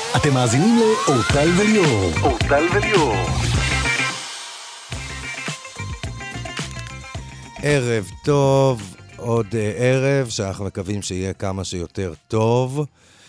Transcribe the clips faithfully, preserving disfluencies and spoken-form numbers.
אתם מאזינים לאורטל וליאור. אורטל וליאור. ערב טוב, עוד ערב שאנחנו מקווים שיהיה כמה שיותר טוב.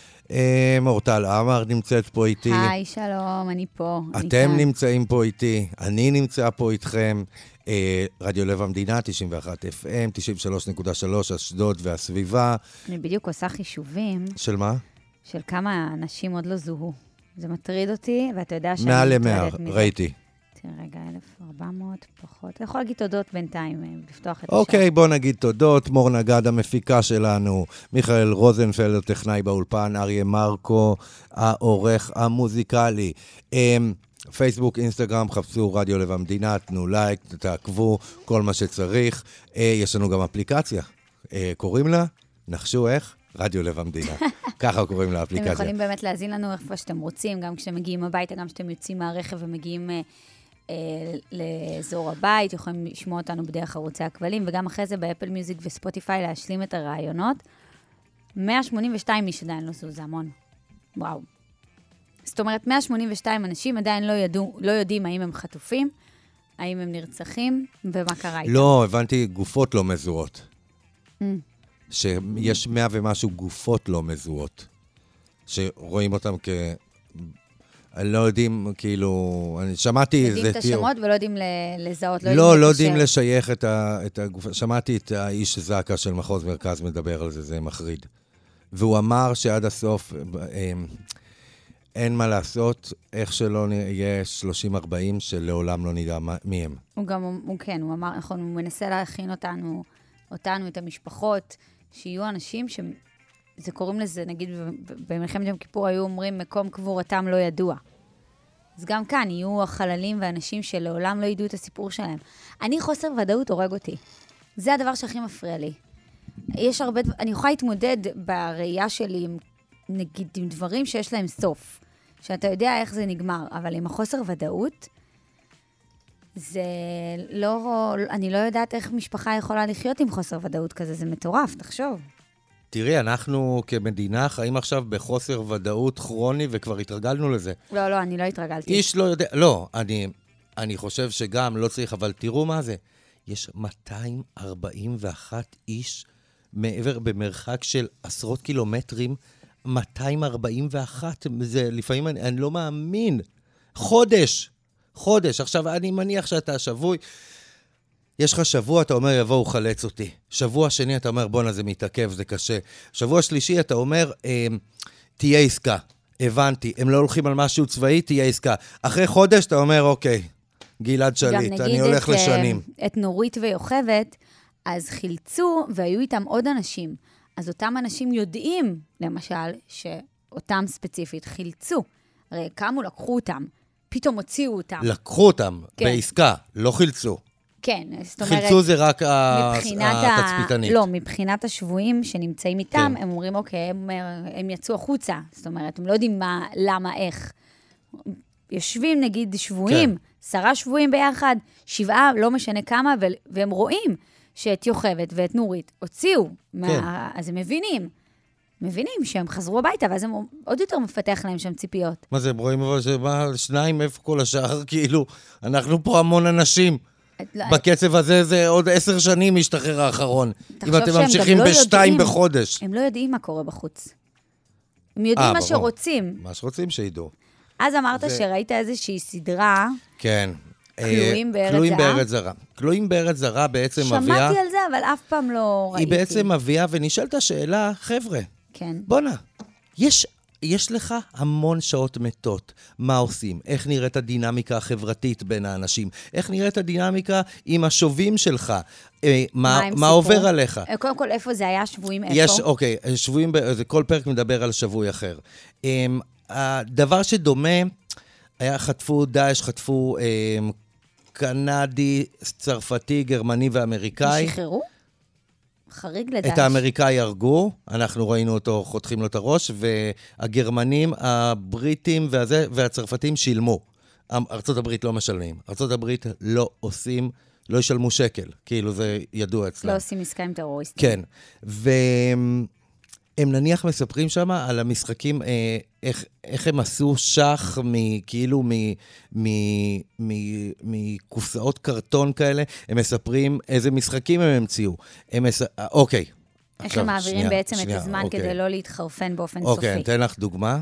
אורטל עמר נמצאת פה איתי. היי, שלום, אני פה. אתם נמצאים פה איתי, אני נמצא פה איתכם. רדיו לב המדינה, תשעים ואחת אף אם, תשעים ושלוש נקודה שלוש, אשדוד והסביבה. אני בדיוק עושה חישובים. של מה? של כמה אנשים עוד לא זוהו. זה מטריד אותי, ואתה יודע שאני מעל למאה, ראיתי. תראה רגע, אלף וארבע מאות פחות. אתה יכול להגיד תודות בינתיים, לפתוח את השעה. אוקיי, בוא נגיד תודות. מור נגד המפיקה שלנו, מיכאל רוזנפלד, טכנאי באולפן, אריה מרקו, העורך המוזיקלי. פייסבוק, אינסטגרם, חפשו רדיו לב המדינה, תנו לייק, תעקבו, כל מה שצריך. יש לנו גם אפליקציה. קוראים לה? נחשו איך? רדיו לב המדינה. ככה קוראים לאפליקציה. אתם יכולים באמת להזין לנו איפה שאתם רוצים, גם כשאתם מגיעים הביתה, גם כשאתם יוצאים מהרכב ומגיעים אה, אה, לאזור הבית, יכולים לשמוע אותנו בדרך ערוצי הכבלים, וגם אחרי זה באפל מיוזיק וספוטיפיי להשלים את הרעיונות. מאה שמונים ושתיים איש עדיין לא זו, זה המון. וואו. זאת אומרת, מאה שמונים ושתיים אנשים עדיין לא, ידעו, לא יודעים האם הם חטופים, האם הם נרצחים, ומה קרה איתם. לא, הבנתי, גופות לא מזוהות. Mm. שיש מאה ומשהו גופות לא מזוהות, שרואים אותם כ... לא יודעים, כאילו, אני שמעתי... יודעים את השמות ולא יודעים לזהות, לא, לא, לא יודעים לשייך את הגופה. שמעתי את האיש זקה של מחוז מרכז מדבר על זה, זה מחריד. והוא אמר שעד הסוף אין מה לעשות, איך שלא יהיה שלושים ארבעים שלעולם לא נדע מי הם. הוא גם, הוא כן, הוא אמר, נכון, הוא מנסה להכין אותנו, אותנו, את המשפחות, שיהיו אנשים שזה קוראים לזה, נגיד במלחמת יום כיפור היו אומרים מקום קבורתם לא ידוע. אז גם כאן יהיו החללים ואנשים שלעולם לא ידעו את הסיפור שלהם. אני חוסר ודאות הורג אותי. זה הדבר שהכי מפריע לי. יש הרבה, אני יכולה להתמודד בראייה שלי עם, נגיד, עם דברים שיש להם סוף. שאתה יודע איך זה נגמר, אבל עם החוסר ודאות, זה לא, אני לא יודעת איך משפחה יכולה לחיות עם חוסר ודאות כזה, זה מטורף, תחשוב. תראי, אנחנו כמדינה חיים עכשיו בחוסר ודאות כרוני, וכבר התרגלנו לזה. לא, לא, אני לא התרגלתי. איש לא יודע, לא, אני, אני חושב שגם לא צריך, אבל תראו מה זה. יש מאתיים ארבעים ואחת איש מעבר במרחק של עשרות קילומטרים, מאתיים ארבעים ואחת, זה לפעמים אני, אני לא מאמין. חודש. חודש. עכשיו, אני מניח שאתה שבוי. יש לך שבוע, אתה אומר, יבואו חלץ אותי. שבוע שני, אתה אומר, בונה, זה מתעכב, זה קשה. שבוע שלישי, אתה אומר, אה, תהיה עסקה. הבנתי. הם לא הולכים על משהו צבאי, תהיה עסקה. אחרי חודש, אתה אומר, אוקיי, גלעד שליט, אני הולך את, לשנים. את נורית ויוכבת, אז חילצו, והיו איתם עוד אנשים. אז אותם אנשים יודעים, למשל, שאותם ספציפית חילצו. הרי קמו, לקחו אותם. פתאום הוציאו אותם. לקחו אותם כן. בעסקה, לא חילצו. כן, זאת אומרת... חילצו זה רק התצפיתנית. לא, מבחינת השבויים שנמצאים איתם, כן. הם אומרים, אוקיי, הם, הם יצאו החוצה. זאת אומרת, הם לא יודעים מה, למה, איך. יושבים, נגיד, שבויים, כן. שרה שבויים ביחד, שבעה, לא משנה כמה, והם רואים שאת יוכבת ואת נורית הוציאו. כן. מה, אז הם מבינים. מבינים שהם חזרו הביתה, ואז הם עוד יותר מפתח להם שם ציפיות. מה זה, הם רואים אבל שמה, שניים, איפה כל השאר, כאילו, אנחנו פה המון אנשים. בקצב הזה זה עוד עשר שנים משתחרר האחרון. אם אתם ממשיכים בשתיים בחודש. הם לא יודעים מה קורה בחוץ. הם יודעים מה שרוצים. מה שרוצים שידעו. אז אמרת שראית איזושהי סדרה. כן. כלואים בארץ זרה. כלואים בארץ זרה. כלואים בארץ זרה בעצם מביאה... שמעתי על זה, אבל אף פעם לא ראיתי. היא בעצם מביאה, ונשאלת השאלה, חבר'ה, כן. בונה, יש, יש לך המון שעות מתות. מה עושים? איך נראית הדינמיקה החברתית בין האנשים? איך נראית הדינמיקה עם השובים שלך? אה, מה, מה עובר עליך? קודם כל, איפה זה היה? שבויים איפה? יש, אוקיי, שבויים, כל פרק מדבר על שבוי אחר. אה, הדבר שדומה, היה חטפו דאעש, חטפו... אה, קנדי, צרפתי, גרמני ואמריקאי. שחררו? חריג לדאעש. את האמריקאי הרגו, אנחנו ראינו אותו, חותכים לו את הראש, והגרמנים, הבריטים והזה, והצרפתים שילמו. ארצות הברית לא משלמים. ארצות הברית לא עושים, לא ישלמו שקל. כאילו זה ידוע אצלם. לא עושים עסקה עם טרוריסטים. כן. ו... הם נניח מספרים שם על המשחקים, אה, איך, איך הם עשו שח מ, כאילו מ, מ, מ, מקופסאות קרטון כאלה, הם מספרים איזה משחקים הם המציאו. הם מס... אוקיי. איך עכשיו, הם מעבירים שנייה, בעצם שנייה, את הזמן אוקיי. כדי לא להתחרפן באופן אוקיי, סופי. אני אתן לך דוגמה.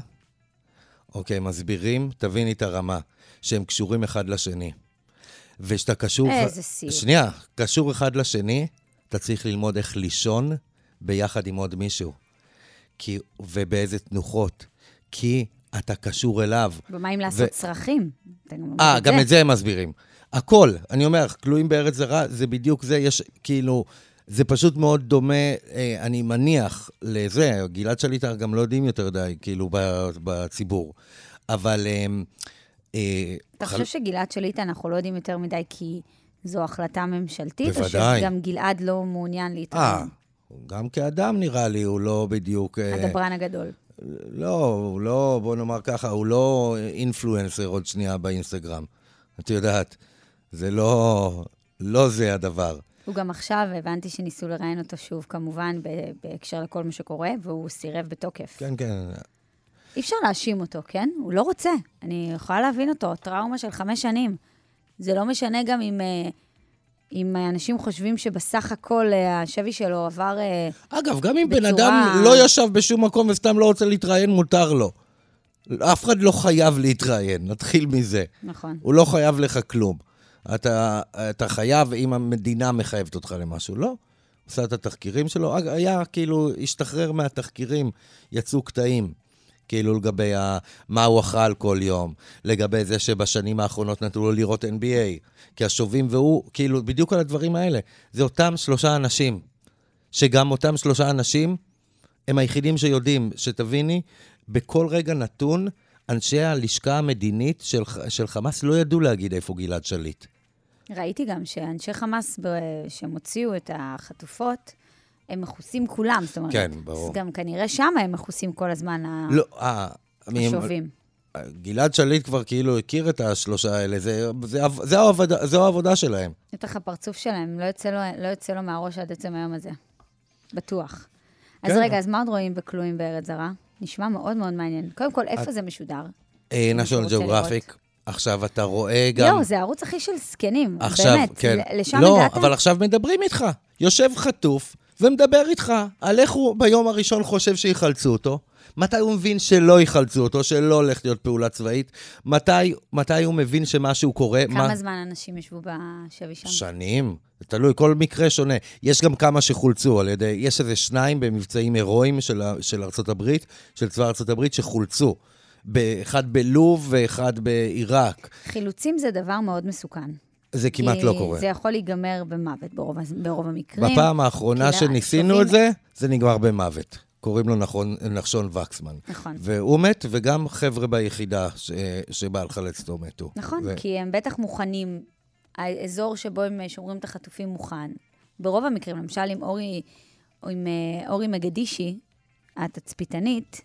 אוקיי, מסבירים, תביני את הרמה, שהם קשורים אחד לשני. ושאתה קשור... איזה סיום. שנייה, קשור אחד לשני, אתה צריך ללמוד איך לישון ביחד עם עוד מישהו. כי, ובאיזה תנוחות. כי אתה קשור אליו. ומה אם לעשות צרכים? אה, גם את זה הם מסבירים. הכל, אני אומר, כלואים בארץ זרה, זה בדיוק זה, יש כאילו, זה פשוט מאוד דומה, אה, אני מניח לזה, גלעד שליט גם לא יודעים יותר די, כאילו, בציבור. אבל... אה, אה, אתה חושב שגלעד שליט אנחנו לא יודעים יותר מדי, כי זו החלטה ממשלתית? בוודאי. או שגם גלעד לא מעוניין להתראיין? אה, גם כאדם נראה לי, הוא לא בדיוק... הדברן הגדול. לא, הוא לא, בוא נאמר ככה, הוא לא אינפלואנסר עוד שנייה באינסטגרם. את יודעת, זה לא, לא זה הדבר. הוא גם עכשיו, הבנתי שניסו לראיין אותו שוב, כמובן, בהקשר לכל מה שקורה, והוא סירב בתוקף. כן, כן. אי אפשר להאשים אותו, כן? הוא לא רוצה. אני יכולה להבין אותו, טראומה של חמש שנים. זה לא משנה גם אם... אם אנשים חושבים שבסך הכל השבי שלו עבר אגב, גם אם בצורה... בן אדם לא ישב בשום מקום וסתם לא רוצה להתראיין, מותר לו. אף אחד לא חייב להתראיין, נתחיל מזה. נכון. הוא לא חייב לך כלום. אתה, אתה חייב אם המדינה מחייבת אותך למשהו. לא. עושה את התחקירים שלו. היה כאילו, השתחרר מהתחקירים, יצאו קטעים. כאילו לגבי ה... מה הוא אכל כל יום, לגבי זה שבשנים האחרונות נתנו לו לראות אן בי איי, כי השובים והוא, כאילו, בדיוק על הדברים האלה. זה אותם שלושה אנשים, שגם אותם שלושה אנשים, הם היחידים שיודעים, שתביני, בכל רגע נתון, אנשי הלשכה המדינית של, של חמאס לא ידעו להגיד איפה גלעד שליט. ראיתי גם שאנשי חמאס, שהם הוציאו את החטופות, הם מחוסים כולם, זאת אומרת. כן, ברור. אז גם כנראה שם הם מחוסים כל הזמן לא, אה, השובים. גלעד שליט כבר כאילו הכיר את השלושה האלה, זה, זה, זה, העבודה, זה העבודה שלהם. בטח הפרצוף שלהם, לא יוצא לו, לא יוצא לו מהראש עד עצם היום הזה. בטוח. אז כן. רגע, אז מה עוד רואים בכלואים בארץ זרה? נשמע מאוד מאוד מעניין. קודם כל, איפה את... זה משודר? National Geographic. עכשיו אתה רואה גם... יו, זה הערוץ הכי של סקנים, עכשיו, באמת. כן. לשם לא, הגעת? אבל עכשיו מדברים איתך. יושב חטוף ומדבר איתך על איך הוא ביום הראשון חושב שיחלצו אותו, מתי הוא מבין שלא יחלצו אותו, שלא הולך להיות פעולה צבאית, מתי, מתי הוא מבין שמשהו קורה. כמה מה... זמן אנשים ישבו בשבי שם? שנים. זה תלוי, כל מקרה שונה. יש גם כמה שחולצו על ידי, יש איזה שניים במבצעים הירואיים של, של ארצות הברית, של צבא ארצות הברית שחולצו. אחד בלוב ואחד בעיראק. חילוצים זה דבר מאוד מסוכן. זה כמעט לא קורה. זה יכול להיגמר במוות ברוב, ברוב המקרים. בפעם האחרונה שניסינו שובים... את זה, זה נגמר במוות. קוראים לו נכון, נחשון וקסמן. נכון. והוא מת, וגם חבר'ה ביחידה ש... שבא לחלץ אותו מתו. נכון, ו... כי הם בטח מוכנים, האזור שבו הם שומרים את החטופים מוכן. ברוב המקרים, למשל עם אורי, או עם אורי מגדישי, התצפיתנית,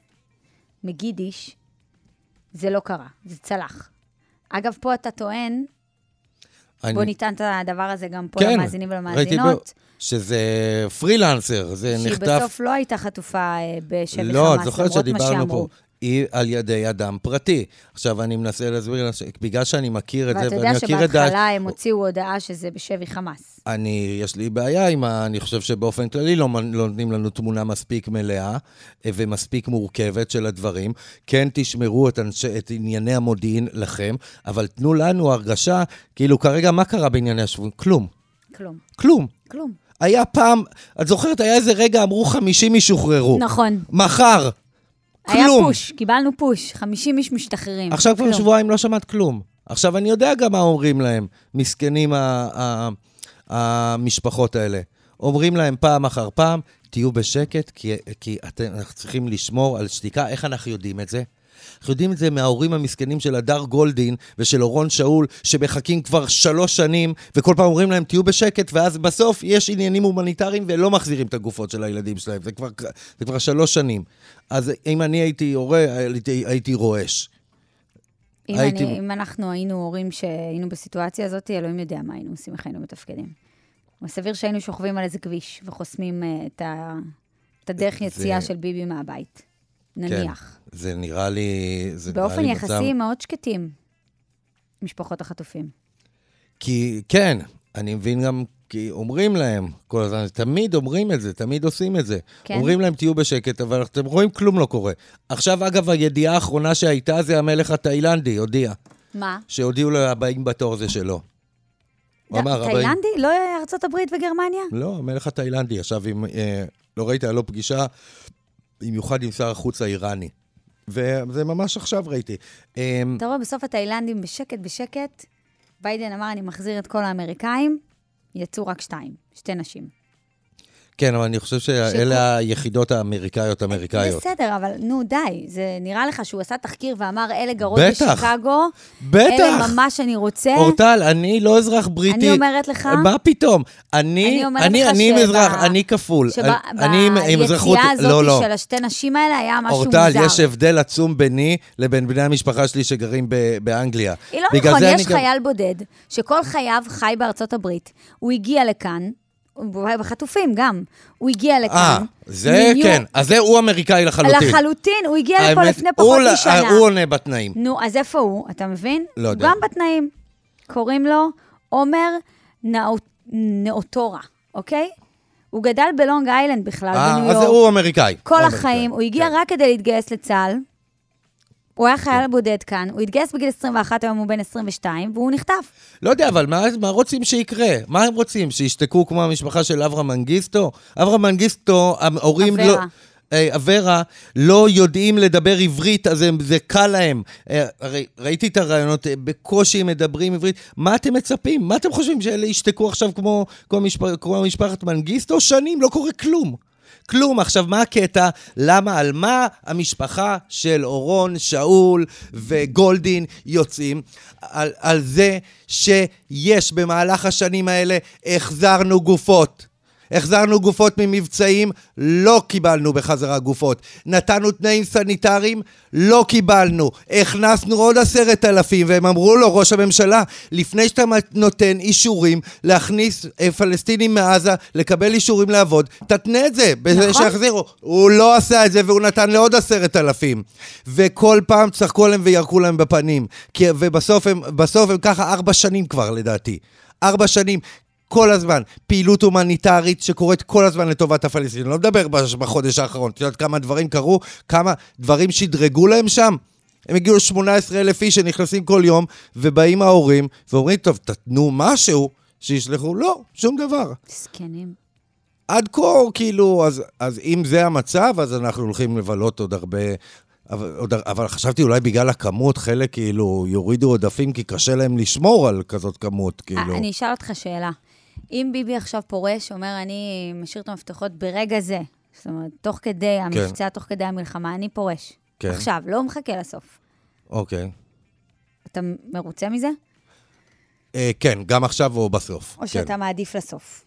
מגידיש, זה לא קרה, זה צלח. אגב, פה אתה טוען, אני... בוא ניתן את הדבר הזה גם פה כן, למאזינים ולמאזינות. ב... שזה פרילנסר, זה שהיא נחטף... שהיא בסוף לא הייתה חטופה בשבי חמאס, לא, את זוכרת למרות מה שדיברנו שאמרו. פה. היא על ידי אדם פרטי. עכשיו אני מנסה להסביר, בגלל שאני מכיר את זה, ואתה יודע שבהתחלה הם הוציאו הודעה שזה בשבי חמאס. אני, יש לי בעיה עם ה... אני חושב שבאופן כללי לא, לא נותנים לנו תמונה מספיק מלאה ומספיק מורכבת של הדברים. כן, תשמרו את, אנש... את ענייני המודיעין לכם, אבל תנו לנו הרגשה, כאילו כרגע מה קרה בענייני השבועים? כלום. כלום. כלום. כלום. היה פעם, את זוכרת, היה איזה רגע, אמרו חמישים ישוחררו. נכון. מחר. היה כלום. פוש, קיבלנו פוש, חמישים איש משתחררים. עכשיו כבר שבועיים לא שמעת כלום. עכשיו אני יודע גם מה אומרים להם, מסכנים ה- ה- המשפחות האלה. אומרים להם פעם אחר פעם, תהיו בשקט, כי, כי אתם, אנחנו צריכים לשמור על שתיקה. איך אנחנו יודעים את זה? אנחנו יודעים את זה מההורים המסכנים של הדר גולדין ושל אורון שאול, שמחכים כבר שלוש שנים, וכל פעם אומרים להם, תהיו בשקט, ואז בסוף יש עניינים הומניטריים, ולא מחזירים את הגופות של הילדים שלהם. זה כבר, זה כבר שלוש שנים. אז אם אני הייתי הורה, הייתי, הייתי רועש. אם, הייתי... אני, אם אנחנו היינו הורים שהיינו בסיטואציה הזאת, אלוהים יודע מה היינו עושים, איך היינו מתפקדים. סביר שהיינו שוכבים על איזה כביש, וחוסמים את ה... את הדרך יציאה של ביבי מהבית. נניח. כן, זה נראה לי... זה באופן נראה לי יחסי מצב... מאוד שקטים, משפחות החטופים. כי, כן, אני מבין גם, כי אומרים להם, כל הזמן, תמיד אומרים את זה, תמיד עושים את זה. כן? אומרים להם, תהיו בשקט, אבל אתם רואים, כלום לא קורה. עכשיו, אגב, הידיעה האחרונה שהייתה, זה המלך התאילנדי, הודיע. מה? שהודיעו לו הבאים בתור זה שלו. תאילנדי? לא ארצות הברית וגרמניה? לא, המלך התאילנדי, עכשיו, אם, אה, לא ראית, היה לו פגישה, במיוחד עם שר החוץ האיראני. וזה ממש עכשיו ראיתי. אתה רואה, בסוף התאילנדים בשקט, בשקט, ביידן אמר, אני מחזיר את כל האמריקאים, יצאו רק שתיים, שתי נשים. כן, אבל אני חושב שאלה היחידות האמריקאיות, אמריקאיות. בסדר, אבל נו די, זה נראה לך שהוא עשה תחקיר ואמר, אלה גרות בשיקגו, בטח. אלה ממש אני רוצה. אורטל, אני לא אזרח בריטי. אני אומרת לך. מה פתאום? אני, אני, אני עם אזרח, אני כפול. שביציאה הזאת של השתי נשים האלה היה משהו מוזר. אורטל, יש הבדל עצום ביני לבין בני המשפחה שלי שגרים באנגליה. היא לא נכון, יש חייל בודד, שכל חייו חי בארצות הברית. הוא הגיע לכאן, בחטופים גם. הוא הגיע לכאן. אה, זה כן. אז זה הוא אמריקאי לחלוטין. לחלוטין, הוא הגיע לפה לפני פחות משנה. הוא עונה בתנאים. נו, אז איפה הוא? אתה מבין? לא יודע. הוא גם בתנאים. קוראים לו עומר נאוטורה, אוקיי? הוא גדל בלונג איילנד בכלל, בניו יורק. אז הוא אמריקאי. כל החיים. הוא הגיע רק כדי להתגייס לצה"ל. הוא היה חייל בודד כאן, הוא התגייס בגיל עשרים ואחת, היום הוא בן עשרים ושתיים, והוא נחטף. לא יודע, אבל מה, מה רוצים שיקרה? מה הם רוצים? שישתקו כמו המשפחה של אברהם מנגיסטו? אברהם מנגיסטו, ההורים לא... אברה, לא יודעים לדבר עברית, אז זה קל להם. ראיתי את הרעיונות, בקושי הם מדברים עברית. מה אתם מצפים? מה אתם חושבים שאלה ישתקו עכשיו כמו, כמו, משפח, כמו משפחת מנגיסטו? שנים, לא קורה כלום. כלום. עכשיו, מה הקטע? למה? על מה המשפחה של אורון, שאול וגולדין יוצאים? על, על זה שיש במהלך השנים האלה החזרנו גופות. החזרנו גופות ממבצעים, לא קיבלנו בחזרה גופות. נתנו תנאים סניטריים, לא קיבלנו. הכנסנו עוד עשרת אלפים, והם אמרו לו, ראש הממשלה, לפני שאתה נותן אישורים להכניס פלסטינים מעזה, לקבל אישורים לעבוד, תתנה את זה, בזה נכון? שיחזירו. הוא לא עשה את זה, והוא נתן לעוד עשרת אלפים. וכל פעם צחקו להם וירקו להם בפנים. כי, ובסוף הם, בסוף הם ככה ארבע שנים כבר, לדעתי. ארבע שנים. כל הזמן, פעילות הומניטרית שקורית כל הזמן לטובת הפלסטינים. לא מדבר בחודש האחרון, את יודעת כמה דברים קרו, כמה דברים שדרגו להם שם. הם הגיעו ל-שמונה עשרה אלף איש שנכנסים כל יום, ובאים ההורים, ואומרים, טוב, תתנו משהו, שישלחו, לא, שום דבר. סקנים. עד כה, כאילו, אז, אז אם זה המצב, אז אנחנו הולכים לבלות עוד הרבה... אבל, עוד, אבל חשבתי אולי בגלל הכמות, חלק כאילו יורידו עודפים, כי קשה להם לשמור על כזאת כמות, כאילו. אני אשאל אותך שאלה. אם ביבי עכשיו פורש, אומר, אני משאיר את המפתחות ברגע זה, זאת אומרת, תוך כדי המבצע, תוך כדי המלחמה, אני פורש. כן. עכשיו, לא מחכה לסוף. אוקיי. אתה מרוצה מזה? אה, כן, גם עכשיו או בסוף. או כן. שאתה מעדיף לסוף.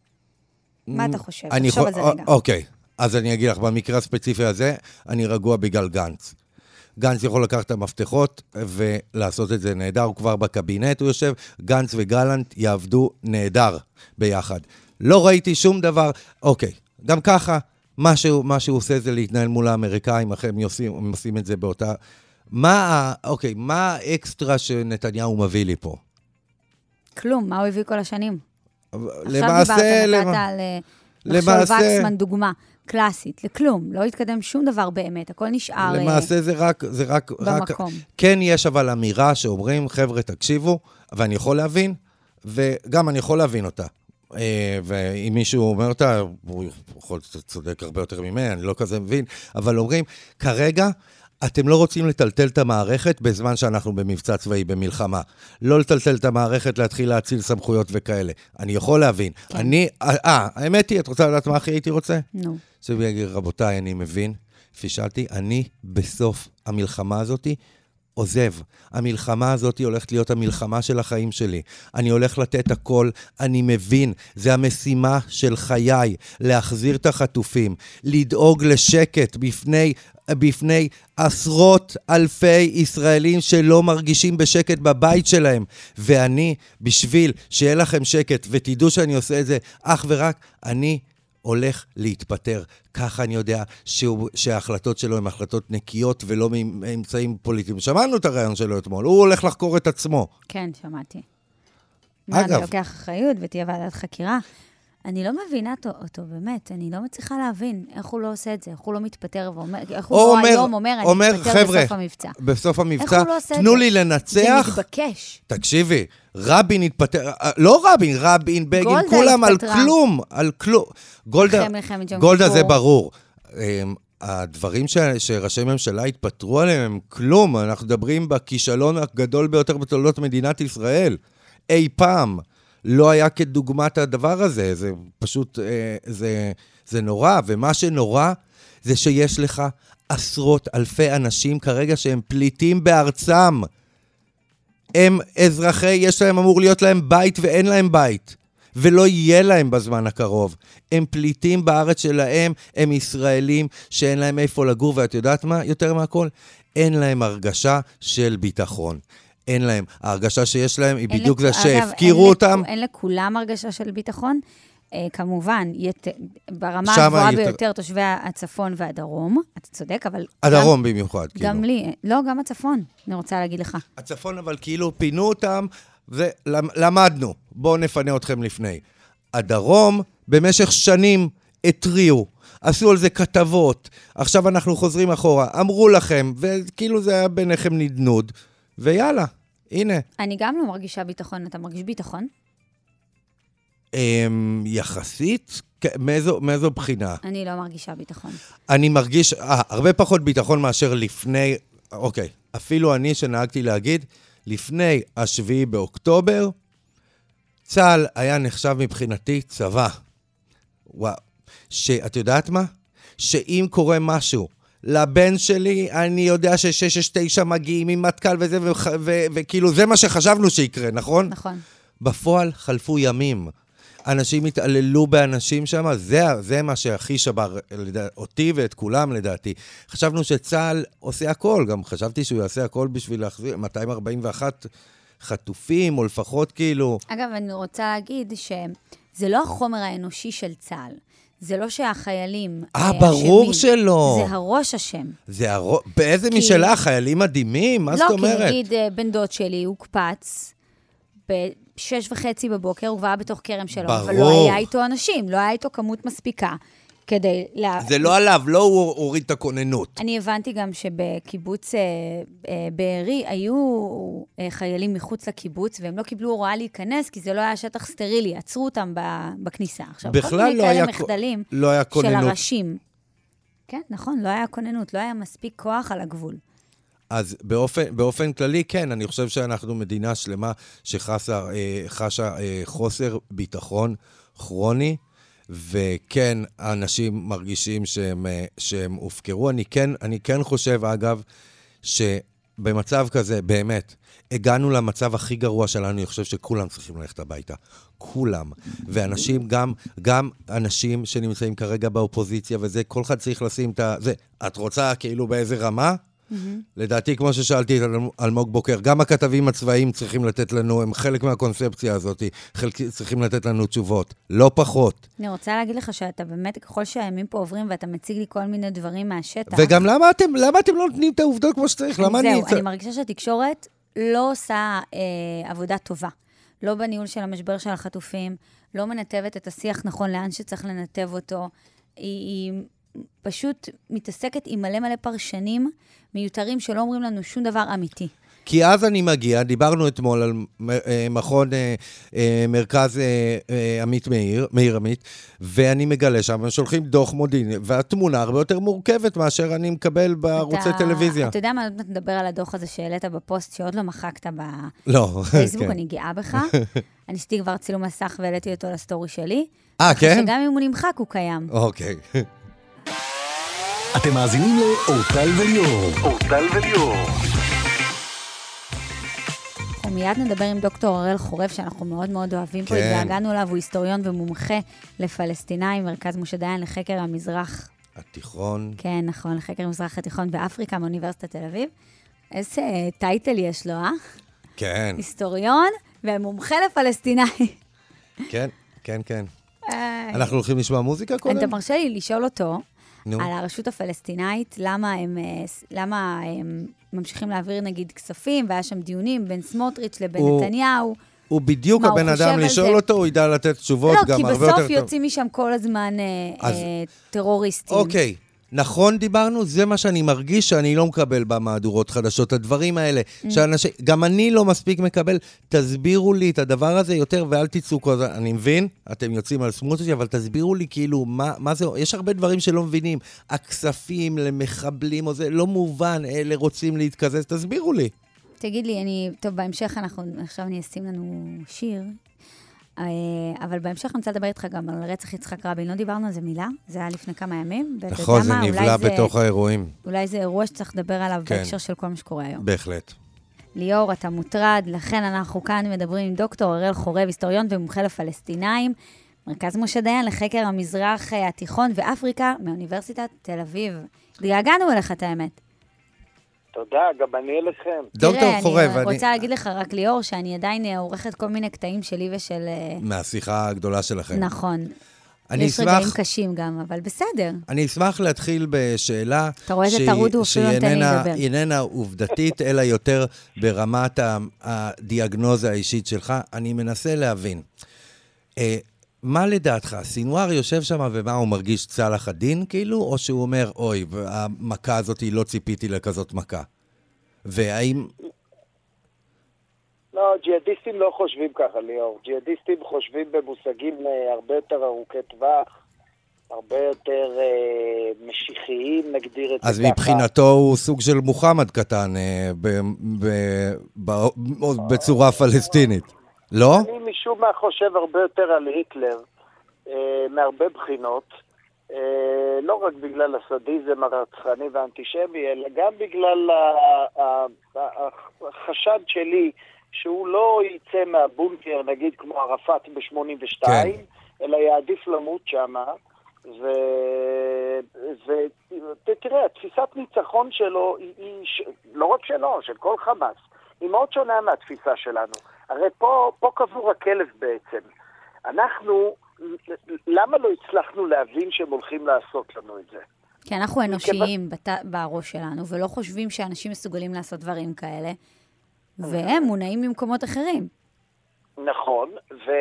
מה אתה חושב? אני תחשוב חו... על זה רגע. אוקיי. אז אני אגיד לך, במקרה הספציפי הזה, אני רגוע בגלל גנץ. גנץ יכול לקחת את המפתחות ולעשות את זה נהדר, הוא כבר בקבינט, הוא יושב, גנץ וגלנט יעבדו נהדר ביחד. לא ראיתי שום דבר, אוקיי, גם ככה, מה שהוא, מה שהוא עושה זה להתנהל מול האמריקאים, אחרי הם עושים, הם עושים את זה באותה... מה, אוקיי, מה האקסטרה שנתניהו מביא לי פה? כלום, מה הוא הביא כל השנים? למעשה... עכשיו דיברת, נתת על לחשול וקסמן דוגמה. קלאסית, לכלום, לא יתקדם שום דבר באמת, הכל נשאר למעשה זה רק, זה רק, במקום. רק, כן יש אבל אמירה שאומרים, חבר'ה תקשיבו, ואני יכול להבין, וגם אני יכול להבין אותה. ואם מישהו אומר אותה, הוא יכול צודק הרבה יותר ממני, אני לא כזה מבין, אבל אומרים, כרגע, אתם לא רוצים לטלטל את המערכת בזמן שאנחנו במבצע צבאי, במלחמה. לא לטלטל את המערכת, להתחיל להציל סמכויות וכאלה. אני יכול להבין. כן. אני, אה, האמת היא, את רוצה לדעת מה הכי הייתי רוצה? נו. זה ויגיד, רבותיי, אני מבין, פישלתי, אני בסוף המלחמה הזאת עוזב. המלחמה הזאת הולכת להיות המלחמה של החיים שלי. אני הולך לתת הכל, אני מבין, זה המשימה של חיי, להחזיר את החטופים, לדאוג לשקט בפני... בפני עשרות אלפי ישראלים שלא מרגישים בשקט בבית שלהם. ואני, בשביל שיהיה לכם שקט, ותדעו שאני עושה את זה אך ורק, אני הולך להתפטר. ככה אני יודע שהוא, שההחלטות שלו הן החלטות נקיות ולא מאמצעים פוליטיים. שמענו את הרעיון שלו אתמול, הוא הולך לחקור את עצמו. כן, שמעתי. מה, אני לוקח אחריות ותהיה ועדת חקירה? אני לא מבינה אותו, באמת, אני לא מצליחה להבין איך הוא לא עושה את זה, איך הוא לא מתפטר ואומר, איך הוא לא היום אומר, אני מתפטר בסוף המבצע. בסוף המבצע, תנו לי לנצח. זה מתבקש. תקשיבי, רבין התפטר, לא רבין, רבין, בגין, כולם על כלום, על כלום. גולדה זה ברור. הדברים שראשי ממשלה התפטרו עליהם הם כלום, אנחנו מדברים בכישלון הגדול ביותר בתולדות מדינת ישראל. אי פעם. לא היה כדוגמת הדבר הזה, זה פשוט, זה, זה נורא, ומה שנורא זה שיש לך עשרות אלפי אנשים כרגע שהם פליטים בארצם. הם אזרחי, יש להם, אמור להיות להם בית ואין להם בית, ולא יהיה להם בזמן הקרוב. הם פליטים בארץ שלהם, הם ישראלים שאין להם איפה לגור, ואת יודעת מה? יותר מהכל, אין להם הרגשה של ביטחון. אין להם. ההרגשה שיש להם היא בדיוק זה שהפקירו אותם. אין לכולם הרגשה של ביטחון. כמובן, ברמה הגבוהה ביותר תושבי הצפון והדרום, אתה צודק, אבל... הדרום במיוחד, כאילו. גם לי, לא, גם הצפון, אני רוצה להגיד לך. הצפון, אבל כאילו פינו אותם, ולמדנו. בואו נפנה אתכם לפני. הדרום, במשך שנים, התריעו. עשו על זה כתבות. עכשיו אנחנו חוזרים אחורה. אמרו לכם, וכאילו זה היה ביניכם נדנוד. ויאללה, הנה. אני גם לא מרגישה ביטחון. אתה מרגיש ביטחון? יחסית? מאיזו בחינה? אני לא מרגישה ביטחון. אני מרגיש, הרבה פחות ביטחון מאשר לפני, אוקיי, אפילו אני שנהגתי להגיד, לפני השביעי באוקטובר, צה"ל היה נחשב מבחינתי צבא. וואו. שאת יודעת מה? שאם קורה משהו, לבן שלי, אני יודע ש-שש שש תשע מגיעים עם מטכ"ל וזה, וכאילו זה מה שחשבנו שיקרה, נכון? נכון. בפועל חלפו ימים. אנשים התעללו באנשים שם, זה, זה מה שהכי שבר אותי ואת כולם לדעתי. חשבנו שצה"ל עושה הכל, גם חשבתי שהוא יעשה הכל בשביל להחזיר מאתיים ארבעים ואחת חטופים, או לפחות כאילו... אגב, אני רוצה להגיד שזה לא החומר האנושי של צה"ל. זה לא שהחיילים... אה, ברור שלא. זה הראש השם. זה הראש... באיזה משאלה? חיילים מדהימים? מה זאת אומרת? לא, כי נגיד בן דוד שלי הוקפץ בשש וחצי בבוקר, הוא כבר בתוך כרם שלו. ברור. אבל לא היה איתו אנשים, לא היה איתו כמות מספיקה. כדי... זה לא עליו, לא הוא הוריד את הכוננות. אני הבנתי גם שבקיבוץ בארי היו חיילים מחוץ לקיבוץ, והם לא קיבלו הוראה להיכנס, כי זה לא היה שטח סטרילי, עצרו אותם בכניסה. עכשיו, בכלל לא היה, לא היה כוננות. של הראשים. כן, נכון, לא היה כוננות, לא היה מספיק כוח על הגבול. אז באופן, באופן כללי, כן, אני חושב שאנחנו מדינה שלמה שחשה חשה חוסר ביטחון כרוני, וכן, האנשים מרגישים שהם, שהם הופקרו. אני כן, אני כן חושב, אגב, שבמצב כזה, באמת, הגענו למצב הכי גרוע שלנו, אני חושב שכולם צריכים ללכת הביתה. כולם. ואנשים, גם, גם אנשים שנמצאים כרגע באופוזיציה, וזה, כל אחד צריך לשים את זה. את רוצה כאילו באיזה רמה? לדעתי, כמו ששאלתי את אלמוג בוקר, גם הכתבים הצבאיים צריכים לתת לנו, הם חלק מהקונספציה הזאת, חלק צריכים לתת לנו תשובות, לא פחות. אני רוצה להגיד לך שאתה באמת, ככל שהימים פה עוברים, ואתה מציג לי כל מיני דברים מהשטח. וגם למה אתם, למה אתם לא נותנים את העובדות כמו שצריך? למה זהו, אני... אני מרגישה שהתקשורת לא עושה אה, עבודה טובה. לא בניהול של המשבר של החטופים, לא מנתבת את השיח נכון לאן שצריך לנתב אותו. היא... היא פשוט מתעסקת עם מלא מלא פרשנים מיותרים שלא אומרים לנו שום דבר אמיתי. כי אז אני מגיע, דיברנו אתמול על מכון מרכז עמית מאיר, מאיר עמית, ואני מגלה שם, שולחים דוח מודיעיני, והתמונה הרבה יותר מורכבת מאשר אני מקבל בערוצי טלוויזיה. אתה יודע מה, אתה מדבר על הדוח הזה שהעלית בפוסט, שעוד לא מחקת בפייסבוק, אני גאה בך. אני עשיתי כבר צילום מסך והעליתי אותו לסטורי שלי. אה, כן? שגם אם הוא נמחק, הוא קיים. אוקיי. אתם מאזינים לאורטל וליאור. אורטל וליאור. אנחנו מיד נדבר עם דוקטור הראל חורב, שאנחנו מאוד מאוד אוהבים פה, התגעגענו אליו, הוא היסטוריון ומומחה לפלסטינאים, מרכז משה דיין לחקר המזרח. התיכון. כן, נכון, לחקר המזרח התיכון באפריקה, מאוניברסיטת תל אביב. איזה טייטל יש לו, אה? כן. היסטוריון ומומחה לפלסטינאים. כן, כן, כן. אנחנו הולכים לשמוע מוזיקה קודם? אתה מרשה לי לשאול אותו נו. על הרשות הפלסטינאית, למה הם, למה הם ממשיכים להעביר נגיד כספים, והיה שם דיונים בין סמוטריץ' לבין הוא- נתניהו. הוא בדיוק מה, הוא הבן חושב אדם על לשאול זה? אותו, הוא ידע לתת תשובות לא, גם כי הרבה יותר בסוף טוב. יוצאים משם כל הזמן אה, אז- אה, טרוריסטים. אוקיי, נכון דיברנו, זה מה שאני מרגיש שאני לא מקבל במהדורות חדשות, הדברים האלה, שאנשים, גם אני לא מספיק מקבל, תסבירו לי את הדבר הזה יותר ואל תצאו כל הזמן, אני מבין, אתם יוצאים על סמוטריץ', אבל תסבירו לי כאילו, מה, מה זה, יש הרבה דברים שלא מבינים, הכספים למחבלים או זה, לא מובן, אלה רוצים להתקזז, תסבירו לי. תגיד לי, אני, טוב, בהמשך אנחנו, עכשיו אני אשים לנו שיר, אה, אבל בהמשך אני רוצה לדבר איתך גם על רצח יצחק רבין. לא דיברנו על זה מילה, זה היה לפני כמה ימים. ואתה יודע נכון, זה מה, נבלע אולי בתוך האירועים, אולי זה אירוע שצריך לדבר עליו כן. בהקשר של כל מה שקורה היום. בהחלט. ליאור, אתה מוטרד, לכן אנחנו כאן מדברים עם דוקטור אראל חורב, היסטוריון ומומחה לפלסטינאים, מרכז משה דיין לחקר המזרח אה, התיכון ואפריקה מאוניברסיטת תל אביב. התגעגענו אליך את האמת. תודה, גם אני אליכם. דוקטור תראה, חורב, אני אני... רוצה להגיד לך רק ליאור, שאני עדיין אה, עורכת כל מיני קטעים שלי ושל... אה, מהשיחה הגדולה שלכם. נכון. אני יש אשמח... רגעים קשים גם, אבל בסדר. אני אשמח להתחיל בשאלה אתה רואה איזה טרוד הוא אפילו נותן לי לדבר. שהיא איננה עובדתית, אלא יותר ברמת ה- הדיאגנוזה האישית שלך. אני מנסה להבין. אה, מה לדעתך? סינואר יושב שם ומה הוא מרגיש צלח הדין כאילו, או שהוא אומר, אוי, המכה הזאת לא ציפיתי לכזאת מכה? והאם... לא, ג'יהאדיסטים לא חושבים ככה, ליאור. ג'יהאדיסטים חושבים במושגים אה, הרבה יותר ארוכי טווח, הרבה יותר אה, משיחיים, נגדיר את זה אז ככה. מבחינתו הוא סוג של מוחמד קטן, אה, ב- ב- ב- בצורה פלסטינית. לא? אני משום מה חושב הרבה יותר על היטלר, אה, מהרבה בחינות, אה, לא רק בגלל הסדיזם הרצחני והאנטישמי, אלא גם בגלל ה- ה- ה- החשד שלי שהוא לא יצא מהבונקר, נגיד כמו ערפאת ב-שמונים ושתיים, כן. אלא יעדיף למות שמה, ותראה, התפיסת ניצחון שלו היא, היא ש... לא רק שלו, של כל חמאס, היא מאוד שונה מהתפיסה שלנו. הרי פה, פה קבור הכלב בעצם. אנחנו, למה לא הצלחנו להבין שהם הולכים לעשות לנו את זה? כי אנחנו אנושיים בת... בראש שלנו, ולא חושבים שאנשים מסוגלים לעשות דברים כאלה, והם מונעים ממקומות אחרים. נכון,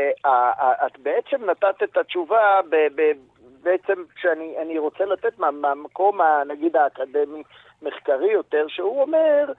ואת בעצם נתת את התשובה ב... ב... בעצם שאני אני רוצה לתת מה, מהמקום, נגיד האקדמי מחקרי יותר, שהוא אומר,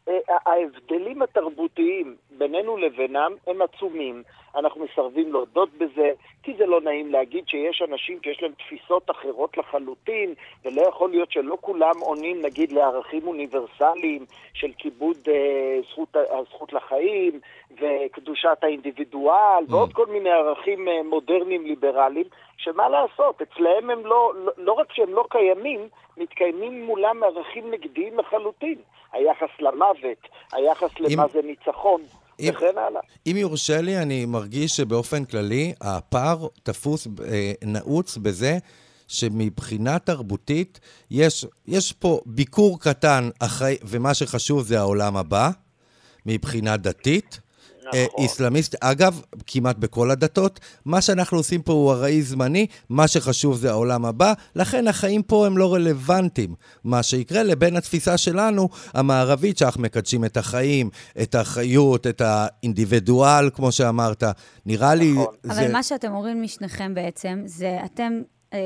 ההבדלים התרבותיים בינינו לבינם הם עצומים. אנחנו מסרבים להודות בזה, כי זה לא נעים להגיד שיש אנשים שיש להם תפיסות אחרות לחלוטין, ולא יכול להיות שלא כולם עונים, נגיד, לערכים אוניברסליים של כיבוד אה, זכות, הזכות לחיים, וקדושת האינדיבידואל, mm. ועוד כל מיני ערכים אה, מודרניים ליברליים, שמה לעשות, אצלהם הם לא, לא, לא רק שהם לא קיימים, מתקיימים מולם ערכים נגדיים לחלוטין. היחס למוות, היחס למה זה ניצחון, אם, וכן הלאה. אם יורשה לי, אני מרגיש שבאופן כללי, הפער תפוס אה, נעוץ בזה, שמבחינה תרבותית, יש, יש פה ביקור קטן, אחרי, ומה שחשוב זה העולם הבא, מבחינה דתית, נכון. איסלאמיסט, אגב, כמעט בכל הדתות, מה שאנחנו עושים פה הוא הראי זמני, מה שחשוב זה העולם הבא, לכן החיים פה הם לא רלוונטיים. מה שיקרה לבין התפיסה שלנו, המערבית, שאנחנו מקדשים את החיים, את החיות, את האינדיבידואל, כמו שאמרת, נראה לי... נכון. זה... אבל מה שאתם אומרים משניכם בעצם, זה אתם, אה,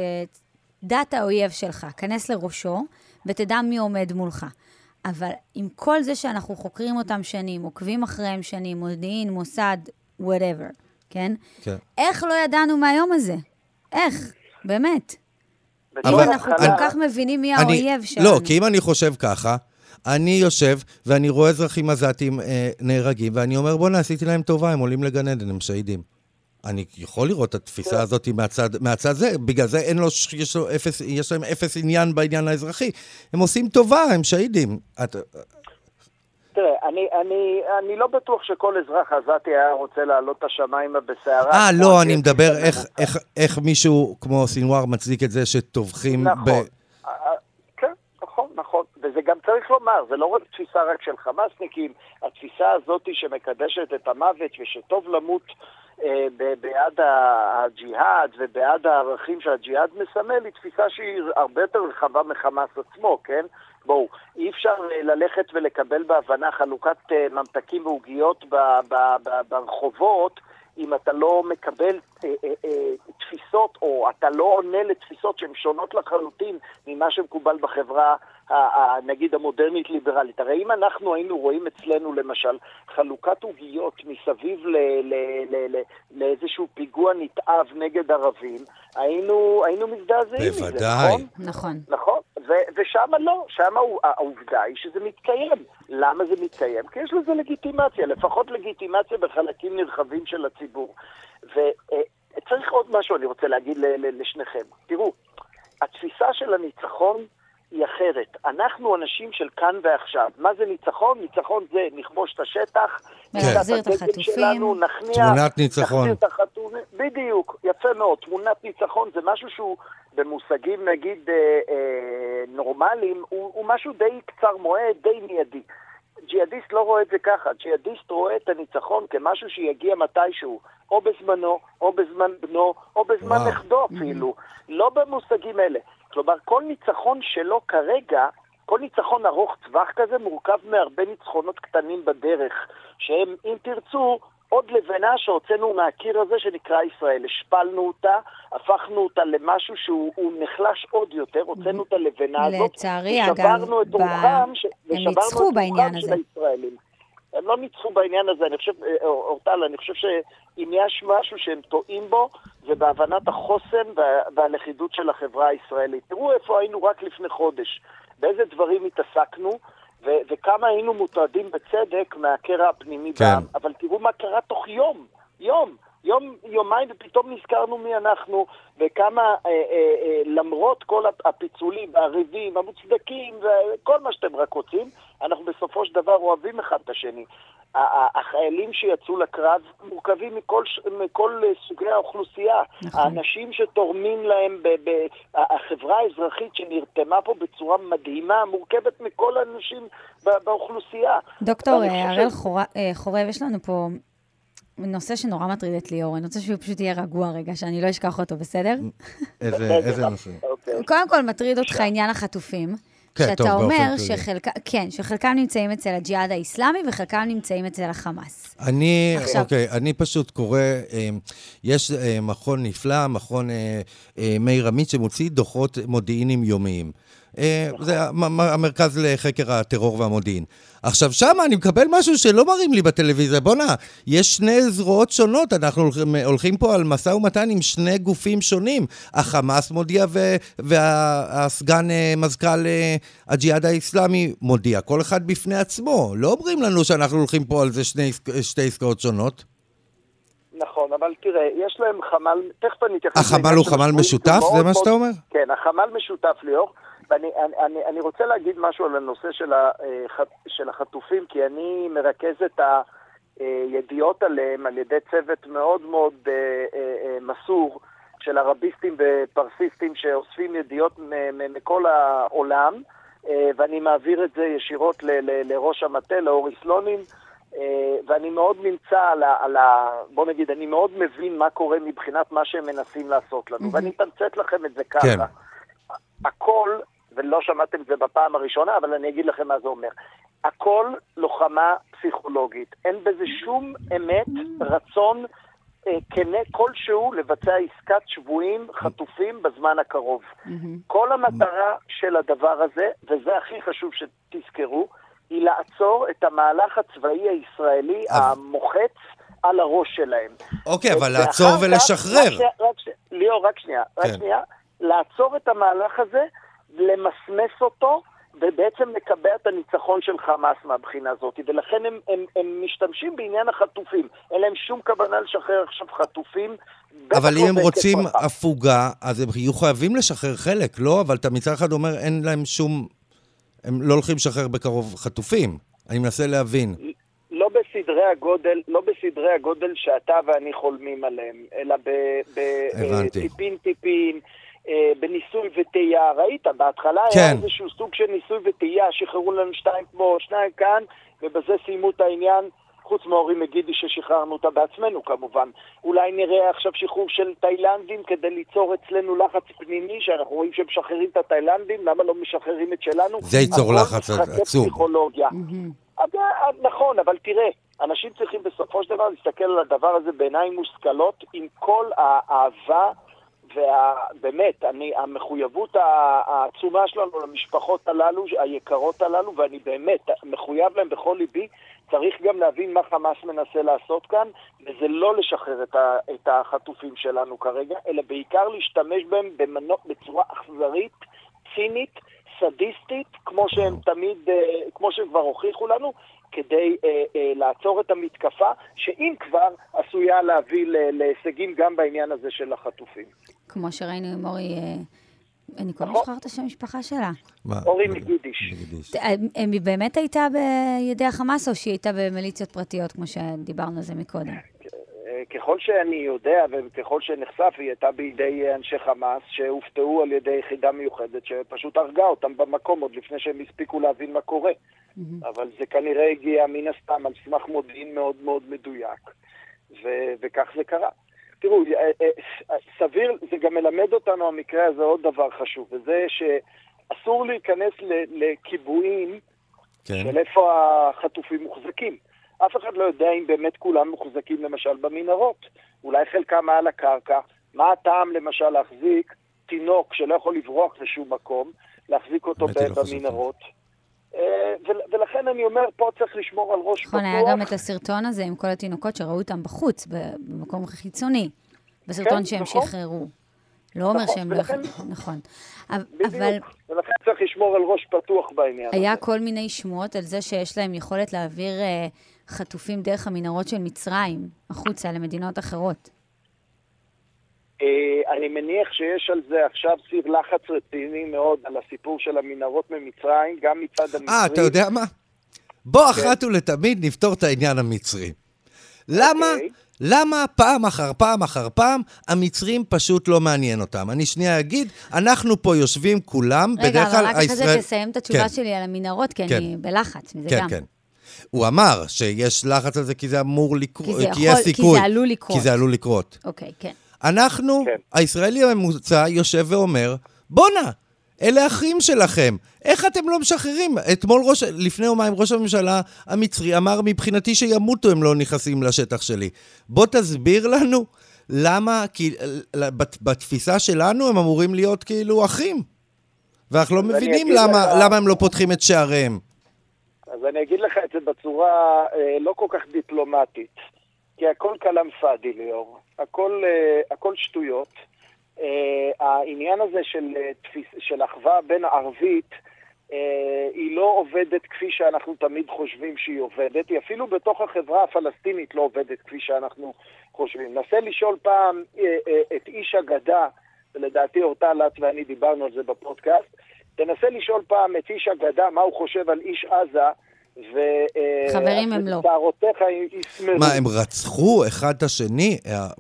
דת האויב שלך, כנס לראשו, ותדע מי עומד מולך. אבל עם כל זה שאנחנו חוקרים אותם שנים, עוקבים אחריהם שנים, מודיעין, מוסד, whatever, כן? כן. איך לא ידענו מהיום הזה? איך? באמת. אם אבל אנחנו אני- כל כך מבינים מי אני, האויב שלנו. לא, כי אם אני חושב ככה, אני יושב ואני רואה אזרחים עזתים אה, נהרגים, ואני אומר, בוא נעשיתי להם טובה, הם עולים לגן עדן, הם שהידים. אני יכול לראות את התפיסה הזאת מהצד, מהצד זה, בגלל זה אין לו, יש, לו אפס, יש להם אפס עניין בעניין האזרחי. הם עושים טובה, הם שהידים. את... תראה, אני, אני, אני לא בטוח שכל אזרח עזתי היה רוצה לעלות את השמיים בסערה. אה, לא, אני מדבר איך, איך, איך מישהו כמו סינואר מצדיק את זה שטובחים נכון. ב... כן, נכון, נכון. וזה גם צריך לומר, זה לא רק תפיסה רק של חמאסניקים, התפיסה הזאת שמקדשת את המוות ושטוב למות בעד הג'יהאד ובעד הערכים שהג'יהאד מסמל, היא תפיסה שהיא הרבה יותר רחבה מחמאס עצמו, כן? בואו, אי אפשר ללכת ולקבל בהבנה חלוקת ממתקים ועוגיות ברחובות, אם אתה לא מקבל אה, אה, אה, תפיסות, או אתה לא עונה לתפיסות שהן שונות לחלוטין ממה שמקובל בחברה, ה, ה, נגיד המודרנית ליברלית. הרי אם אנחנו היינו רואים אצלנו למשל חלוקת עוגיות מסביב ל, ל, ל, ל, לאיזשהו פיגוע נתעב נגד ערבים, היינו, היינו מזדעזעים מזה, נכון? נכון. נכון, ו- ושמה לא, שמה העובדה היא שזה מתקיים. למה זה מתקיים? כי יש לזה לגיטימציה, לפחות לגיטימציה בחלקים נרחבים של הציבור. וצריך עוד משהו אני רוצה להגיד לשניכם. תראו, התפיסה של הניצחון היא אחרת. אנחנו אנשים של כאן ועכשיו. מה זה ניצחון? ניצחון זה נכבוש את השטח, להחזיר את החטופים, תמונת ניצחון. בדיוק, יפה מאוד. תמונת ניצחון זה משהו שהוא במושגים נגיד אה, אה, נורמליים, הוא, הוא משהו די קצר מועד, די מיידי. ג'יהאדיסט לא רואה את זה ככה. ג'יהאדיסט רואה את הניצחון כמשהו שיגיע מתישהו, או בזמנו, או בזמן בנו, או בזמן נכדו אפילו. לא במושגים אלה. כלומר, כל ניצחון שלו כרגע, כל ניצחון ארוך טווח כזה מורכב מהרבה ניצחונות קטנים בדרך, שהם, אם תרצו, עוד לבנה שהוצאנו מהקיר הזה שנקרא ישראל. השפלנו אותה, הפכנו אותה למשהו שהוא נחלש עוד יותר, הוצאנו את הלבנה הזאת. לצערי, אגב, הם ניצחו בעניין הזה. הם לא ניצחו בעניין הזה, אני חושב, אורטל, אני חושב שאם יש משהו שהם טועים בו, זה בהבנת החוסן והלכידות של החברה הישראלית. תראו איפה היינו רק לפני חודש, באיזה דברים התעסקנו, ו- וכמה היינו מוטרדים בצדק מהקרע הפנימי כן. בעם. אבל תראו מה קרה תוך יום, יום, יום, יומיים, ופתאום נזכרנו מי אנחנו, וכמה אה, אה, אה, למרות כל הפיצולים, הריבים, המוצדקים, וכל מה שאתם רק רוצים, אנחנו בסופו של דבר אוהבים אחד את השני. החיילים שיצאו לקרב מורכבים מכל, מכל סוגי האוכלוסייה. נכון. האנשים שתורמים להם, ב, ב, החברה האזרחית שנרתמה פה בצורה מדהימה, מורכבת מכל האנשים באוכלוסייה. דוקטור הראל ש... חורב, יש לנו פה נושא שנורא מטריד את ליאור. אני רוצה שהוא פשוט יהיה רגוע רגע, שאני לא אשכח אותו, בסדר? איזה, איזה נושא? קודם כל מטריד אותך עניין החטופים. שאתה אומר שחלקם, כן, שחלקם נמצאים אצל הג'יהאד האסלאמי וחלקם נמצאים אצל החמאס. אני, אוקיי, אני פשוט קורא, יש מכון נפלא, מכון מאיר עמית שמוציא דוחות מודיעיניים יומיים. זה המרכז לחקר הטרור והמודיעין. עכשיו שם אני מקבל משהו שלא מראים לי בטלוויזיה. בונה, יש שני זרועות שונות, אנחנו הולכים פה על מסע ומתן עם שני גופים שונים. החמאס מודיע והסגן מזכ"ל הג'יהאד האסלאמי מודיע. כל אחד בפני עצמו. לא אומרים לנו שאנחנו הולכים פה על זה שני, שתי עסקאות שונות. נכון, אבל תראה, יש להם חמ"ל, תכף אני אתייחס... החמ"ל הוא חמ"ל משותף? זה מה שאתה אומר? כן, החמ"ל משותף ליאור. ואני אני, אני, אני רוצה להגיד משהו על הנושא של, ה, של החטופים, כי אני מרכז את הידיעות עליהם על ידי צוות מאוד מאוד מסור של ערביסטים ופרסיסטים שאוספים ידיעות מכל העולם, ואני מעביר את זה ישירות ל, ל, לראש המטה, לאורי סלונים, ואני מאוד נמצא על ה, על ה... בוא נגיד, אני מאוד מבין מה קורה מבחינת מה שהם מנסים לעשות לנו, ואני אתמצת לכם את זה ככה. כן. הכל, ולא שמעתם את זה בפעם הראשונה, אבל אני אגיד לכם מה זה אומר. הכל לוחמה פסיכולוגית. אין בזה שום אמת, רצון אה, כנה כלשהו לבצע עסקת שבויים חטופים בזמן הקרוב. כל המטרה של הדבר הזה, וזה הכי חשוב שתזכרו, היא לעצור את המהלך הצבאי הישראלי המוחץ על הראש שלהם. אוקיי, אבל לעצור ולשחרר. ליאור, רק שנייה, רק שנייה. לעצור את המהלך הזה, למסמס אותו, ובעצם לקבע את הניצחון של חמאס מהבחינה הזאת, ולכן הם, הם, הם משתמשים בעניין החטופים. אין להם שום כוונה לשחרר עכשיו חטופים. אבל אם הם רוצים הפוגה, אז הם יהיו חייבים לשחרר חלק, לא? אבל אתה מצד אחד אומר, אין להם שום... הם לא הולכים לשחרר בקרוב חטופים. אני מנסה להבין. לא בסדרי הגודל, לא בסדרי הגודל שאתה ואני חולמים עליהם, אלא בטיפין טיפין, בניסוי וטעייה. ראית, בהתחלה כן. היה איזשהו סוג של ניסוי וטעייה, שחררו לנו שתיים פה, שניים כאן, ובזה סיימו את העניין. חוץ מאורי מגידי ששחררנו אותה בעצמנו כמובן. אולי נראה עכשיו שחרור של תאילנדים כדי ליצור אצלנו לחץ פנימי, שאנחנו רואים שהם משחררים את התאילנדים, למה לא משחררים את שלנו? זה ייצור לחץ עצום. פסיכולוגיה. נכון, אבל תראה, אנשים צריכים בסופו של דבר להסתכל על הדבר הזה בעיניים מושכלות, עם כל האהבה ובאמת, אני, המחויבות העצומה שלנו למשפחות הללו, היקרות הללו, ואני באמת מחויב להם בכל ליבי, צריך גם להבין מה חמאס מנסה לעשות כאן, וזה לא לשחרר את, ה, את החטופים שלנו כרגע, אלא בעיקר להשתמש בהם במנוע, בצורה אכזרית, צינית, סדיסטית, כמו שהם תמיד, כמו שהם כבר הוכיחו לנו, כדי אה, אה, לעצור את המתקפה, שאם כבר עשויה להביא להישגים גם בעניין הזה של החטופים. כמו שראינו עם אורי, אה, אני כל משחרר את השם המשפחה שלה. אורי מגידיש. היא באמת הייתה בידי החמאס, או שהיא הייתה במיליציות פרטיות, כמו שדיברנו על זה מקודם? ככל שאני יודע, וככל שנחשף, היא הייתה בידי אנשי חמאס, שהופתעו על ידי יחידה מיוחדת, שפשוט הרגה אותם במקום, עוד לפני שהם הספיקו להבין מה קורה. אבל זה כנראה הגיע מן הסתם על סמך מודיעין מאוד מאוד מדויק, ו- וכך זה קרה. תראו, סביר, זה גם מלמד אותנו המקרה הזה עוד דבר חשוב, וזה שאסור להיכנס לקיבועים כן. של איפה החטופים מוחזקים. אף אחד לא יודע אם באמת כולם מוחזקים למשל במנהרות. אולי חלקם על הקרקע. מה הטעם למשל להחזיק תינוק שלא יכול לברוח לשום מקום, להחזיק אותו במנהרות? ולכן אני אומר, פה צריך לשמור על ראש פתוח. נכון, היה גם את הסרטון הזה עם כל התינוקות שראו אותם בחוץ, במקום חיצוני, בסרטון שהם שחררו. לא אומר שהם לא... נכון. בדיוק, ולכן צריך לשמור על ראש פתוח בעניין הזה. היה כל מיני שמועות על זה שיש להם יכולת להעביר חטופים דרך המנהרות של מצרים, החוצה למדינות אחרות. אני מניח שיש על זה עכשיו סיר לחץ רציני מאוד על הסיפור של המנהרות ממצרים, גם מצד המצרים. אה, אתה יודע מה? בוא אחת ולתמיד נפתור את העניין המצרי. למה? למה פעם אחר פעם אחר פעם המצרים פשוט לא מעניין אותם? אני שנייה אגיד, אנחנו פה יושבים כולם, רגע, אבל רק אחרי זה תסיים את התשובה שלי על המנהרות, כי אני בלחץ מזה גם. כן, כן. הוא אמר שיש לחץ על זה כי זה אמור לקרות, כי יש סיכוי. כי זה עלול לקרות. כי זה עלול לקרות. אוקיי, כן. אנחנו, כן. הישראלי הממוצע יושב ואומר, בונה, אלה אחים שלכם. איך אתם לא משחררים? אתמול ראש, לפני יומיים ראש הממשלה המצרי אמר מבחינתי שימותו הם לא נכנסים לשטח שלי. בוא תסביר לנו למה, כי בתפיסה שלנו הם אמורים להיות כאילו אחים. ואנחנו לא מבינים למה, לך... למה הם לא פותחים את שעריהם. אז אני אגיד לך את זה בצורה אה, לא כל כך דיפלומטית. כי הכל כלם פאדי ליאור. הכל, אה, הכל שטויות. Uh, העניין הזה של, uh, של אחווה בין הערבית uh, היא לא עובדת כפי שאנחנו תמיד חושבים שהיא עובדת, היא אפילו בתוך החברה הפלסטינית לא עובדת כפי שאנחנו חושבים. נסה לשאול פעם uh, uh, את איש אגדה, ולדעתי אורטל לט ואני דיברנו על זה בפודקאסט, תנסה לשאול פעם את איש אגדה מה הוא חושב על איש עזה, ו... חברים הם לא. תערותיך יסמרו. מה, הם רצחו אחד את השני?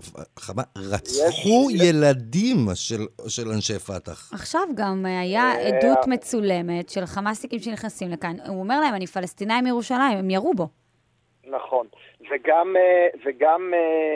רצחו ילדים של אנשי פתח. עכשיו גם היה עדות מצולמת של חמאסניקים שנכנסים לכאן. הוא אומר להם, אני פלסטינאי מירושלים, הם ירו בו. נכון. וגם, וגם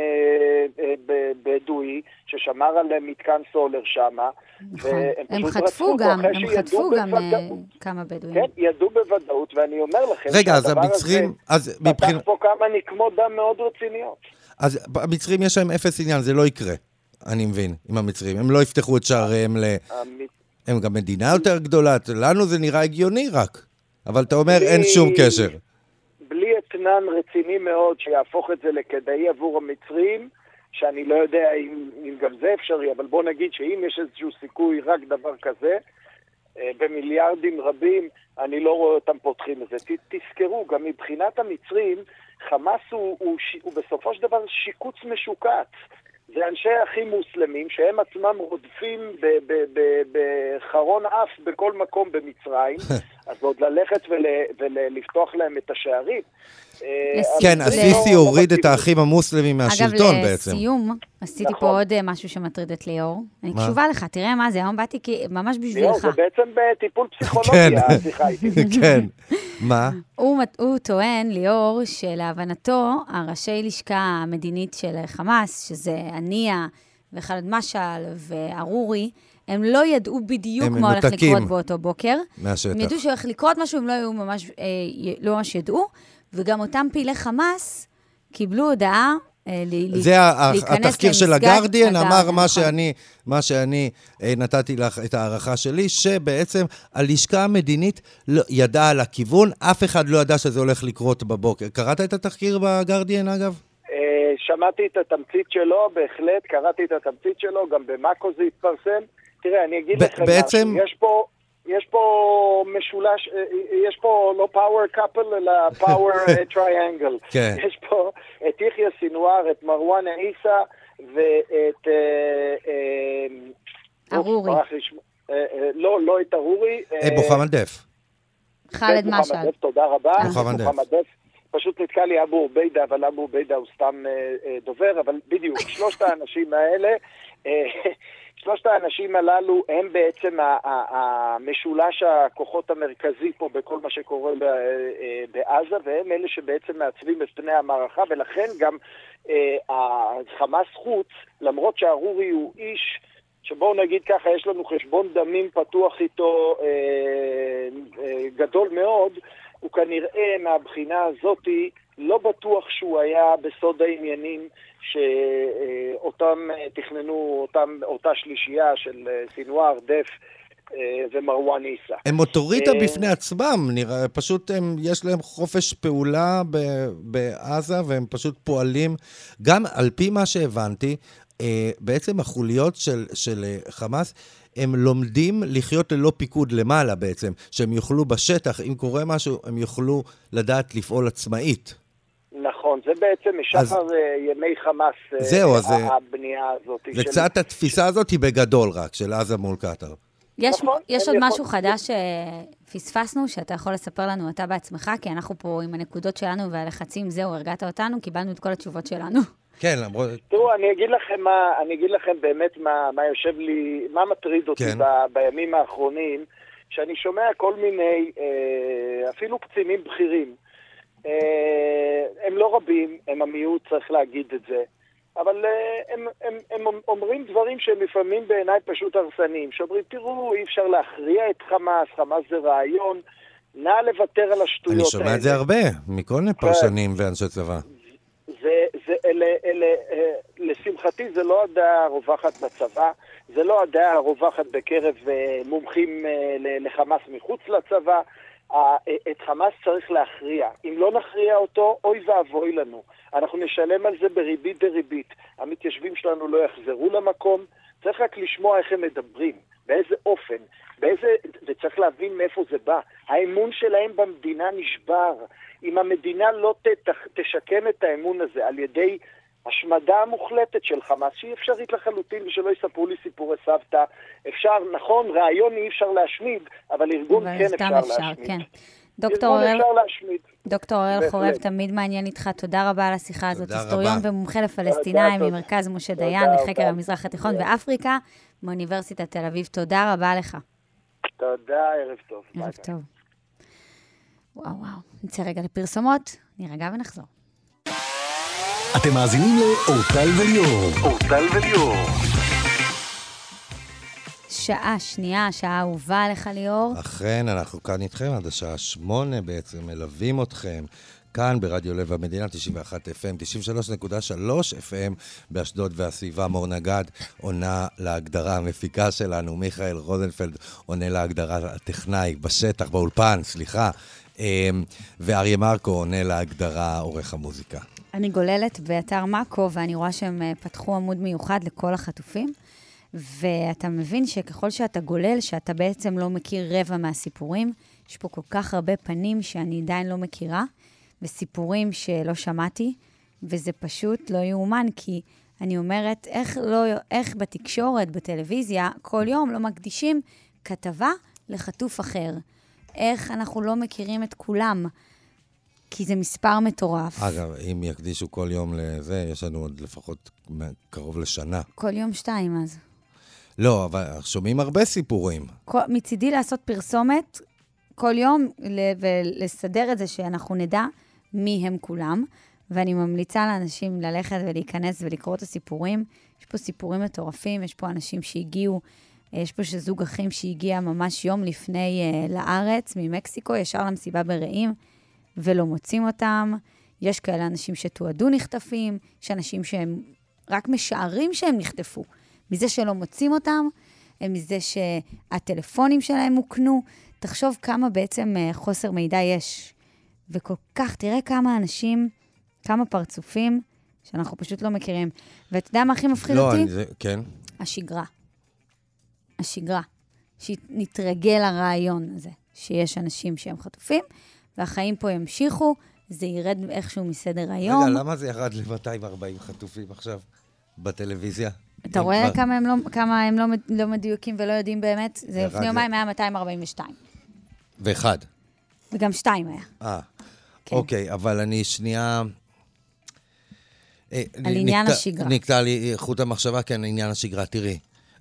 בדואי, ששמר על מתקן סולר שמה. נכון. הם חטפו גם, הם חטפו גם כמה בדואים. כן, ידעו בוודאות, ואני אומר לכם, רגע, אז המצרים... פתח פה כמה נקמות דם מאוד רציניות. אז המצרים יש להם אפס עניין, זה לא יקרה, אני מבין, עם המצרים. הם לא יפתחו את שעריהם ל... הם גם מדינה יותר גדולה, לנו זה נראה הגיוני רק. אבל אתה אומר, אין שום קשר. בלי אתנן רציני מאוד שיהפוך את זה לכדאי עבור המצרים, שאני לא יודע אם, אם גם זה אפשרי, אבל בוא נגיד שאם יש איזשהו סיכוי רק דבר כזה, במיליארדים רבים, אני לא רואה אותם פותחים את זה. ת, תזכרו, גם מבחינת המצרים, חמאס הוא, הוא, הוא בסופו של דבר שיקוץ משוקץ. זה אנשי אחים מוסלמים שהם עצמם רודפים בחרון אף בכל מקום במצרים, אז עוד ללכת ולפתוח להם את השערים. כן, הסיסי הוריד את האחים המוסלמים מהשלטון בעצם. אגב, לסיום, עשיתי פה עוד משהו שמטריד את ליאור. אני קשובה לך, תראה מה זה, היום באתי ממש בשבילך. ליאור, זה בעצם בטיפול פסיכולוגי, השיחה איתי. כן, מה? הוא טוען, ליאור, שלהבנתו, הראשי לשכה המדינית של חמאס, שזה עניה וחלד משל וארורי, הם לא ידעו בדיוק מה הולך לקרות באותו בוקר. מהשטח. הם ידעו שהולך לקרות משהו, הם לא היו ממש, אה, לא ממש ידעו, וגם אותם פעילי חמאס קיבלו הודעה אה, להיכנס זה התחקיר של הגרדיאן, אמר מה נכון. שאני, מה שאני אה, נתתי לך את הערכה שלי, שבעצם הלשכה המדינית לא, ידעה על הכיוון, אף אחד לא ידע שזה הולך לקרות בבוקר. קראת את התחקיר בגרדיאן אגב? שמעתי את התמצית שלו, בהחלט, קראתי את התמצית שלו, גם במאקו זה התפרסם. תראה, אני אגיד לכם בעצם... משהו, יש פה, יש פה משולש, יש פה לא פאוור קאפל, אלא פאוור טריאנגל. כן. יש פה את יחיא סינואר, את מרואן עיסא, ואת... ארורי. לא, לא את ארורי. מוחמד דף. חלד משל. תודה רבה. מוחמד דף. פשוט נתקע לי אבו עוביידה, אבל אבו עוביידה הוא סתם אה, אה, דובר, אבל בדיוק, שלושת האנשים האלה, אה, שלושת האנשים הללו הם בעצם המשולש הכוחות המרכזי פה בכל מה שקורה ב, אה, בעזה, והם אלה שבעצם מעצבים את פני המערכה, ולכן גם אה, חמאס חוץ, למרות שהארורי הוא איש, שבואו נגיד ככה, יש לנו חשבון דמים פתוח איתו אה, אה, גדול מאוד, הוא כנראה מהבחינה הזאת לא בטוח שהוא היה בסוד העניינים שאותם תכננו, אותם, אותה שלישייה של סינואר, דף ומרואן עיסא. הם אוטוריטה בפני עצמם, נראה, פשוט הם, יש להם חופש פעולה בעזה והם פשוט פועלים, גם על פי מה שהבנתי, בעצם החוליות של, של חמאס, הם לומדים לחיות ללא פיקוד למעלה בעצם, שהם יוכלו בשטח, אם קורה משהו, הם יוכלו לדעת לפעול עצמאית. נכון, זה בעצם משחר אז, ימי חמאס, זהו, אז הבנייה הזאת. זה של... קצת התפיסה הזאת היא בגדול רק, של עזה מול קטר. יש, נכון, יש עוד יכול... משהו חדש שפספסנו, שאתה יכול לספר לנו אתה בעצמך, כי אנחנו פה עם הנקודות שלנו והלחצים, זהו, הרגעת אותנו, קיבלנו את כל התשובות שלנו. כן, למרות... תראו, אני אגיד לכם מה, אני אגיד לכם באמת מה, מה יושב לי, מה מטריד אותי כן. ב, בימים האחרונים, שאני שומע כל מיני, אה, אפילו קצינים בכירים, אה, הם לא רבים, הם המיעוט, צריך להגיד את זה, אבל אה, הם, הם, הם אומרים דברים שהם לפעמים בעיניי פשוט הרסניים, שאומרים, תראו, אי אפשר להכריע את חמאס, חמאס זה רעיון, נא לוותר על השטויות האלה. אני שומע את זה הרבה, מכל מיני פרשנים ואנשי צבא. זה, זה, אלה, אלה, אלה, לשמחתי זה לא הדעה הרווחת בצבא, זה לא הדעה הרווחת בקרב מומחים לחמאס מחוץ לצבא. את חמאס צריך להכריע. אם לא נכריע אותו, אוי ואבוי לנו. אנחנו נשלם על זה בריבית דריבית. המתיישבים שלנו לא יחזרו למקום. צריך רק לשמוע איך הם מדברים, באיזה אופן, באיזה, וצריך להבין מאיפה זה בא. האמון שלהם במדינה נשבר. אם המדינה לא תשקם את האמון הזה על ידי השמדה המוחלטת של חמאס, שהיא אפשרית לחלוטין ושלא יספרו לי סיפורי סבתא, אפשר, נכון, רעיון אי אפשר להשמיד, אבל ארגון כן אפשר, אפשר להשמיד. כן. דוקטור אורל, להשמיד. דוקטור אורל חורב, תמיד מעניין איתך, תודה רבה על השיחה הזאת, היסטוריון ומומחה לפלסטינאים ממרכז משה דיין לחקר המזרח התיכון ואפריקה, מאוניברסיטת תל אביב, תודה רבה לך. תודה, ערב טוב. ערב טוב. וואו וואו, נצא רגע לפרסומות, נירגע ונחזור. אתם מאזינים לאורטל וליאור. אורטל וליאור. שעה שנייה, שעה אהובה עליך ליאור. אכן, אנחנו כאן איתכם עד השעה שמונה בעצם, מלווים אתכם. כאן ברדיו לב המדינה, תשעים ואחת אף אם, תשעים ושלוש נקודה שלוש אף אם באשדוד והסביבה. מור נגד עונה להגדרה המפיקה שלנו, מיכאל רוזנפלד עונה להגדרה הטכנאי בשטח, באולפן, סליחה. ואריה מרקו עונה להגדרה עורך המוזיקה. אני גוללת באתר מאקו, ואני רואה שהם פתחו עמוד מיוחד לכל החטופים, ואתה מבין שככל שאתה גולל, שאתה בעצם לא מכיר רבע מהסיפורים, יש פה כל כך הרבה פנים שאני עדיין לא מכירה, וסיפורים שלא שמעתי, וזה פשוט לא יאומן, כי אני אומרת, איך, לא, איך בתקשורת, בטלוויזיה, כל יום לא מקדישים כתבה לחטוף אחר. איך אנחנו לא מכירים את כולם, כי זה מספר מטורף. אגב, אם יקדישו כל יום לזה, יש לנו עוד לפחות קרוב לשנה. כל יום שתיים אז. לא, אבל שומעים הרבה סיפורים. כל, מצידי לעשות פרסומת כל יום, ולסדר את זה שאנחנו נדע מי הם כולם, ואני ממליצה לאנשים ללכת ולהיכנס ולקרוא את הסיפורים. יש פה סיפורים מטורפים, יש פה אנשים שהגיעו, יש פה שזוג אחים שהגיע ממש יום לפני uh, לארץ, ממקסיקו, ישר למסיבה ברעים, ולא מוצאים אותם. יש כאלה אנשים שתועדו נחטפים, יש אנשים שהם רק משערים שהם נחטפו. מזה שלא מוצאים אותם, מזה שהטלפונים שלהם מוקנו. תחשוב כמה בעצם uh, חוסר מידע יש. וכל כך, תראה כמה אנשים, כמה פרצופים, שאנחנו פשוט לא מכירים. ואתה יודע מה הכי מפחיד לא, אותי? אני זה, כן. השגרה. השגרה. שנתרגל הרעיון הזה, שיש אנשים שהם חטופים, והחיים פה ימשיכו, זה ירד איכשהו מסדר היום. רגע, למה זה ירד ל-מאתיים וארבעים חטופים עכשיו בטלוויזיה? אתה רואה כבר... כמה הם, לא, כמה הם לא, לא מדויקים ולא יודעים באמת? זה לפני יומיים היה מאתיים ארבעים ושתיים. ואחד. וגם שתיים היה. אה, כן. אוקיי, אבל אני שנייה... על עניין נקטע, השגרה. נקטע לי חוט המחשבה, כן, עניין השגרה, תראי.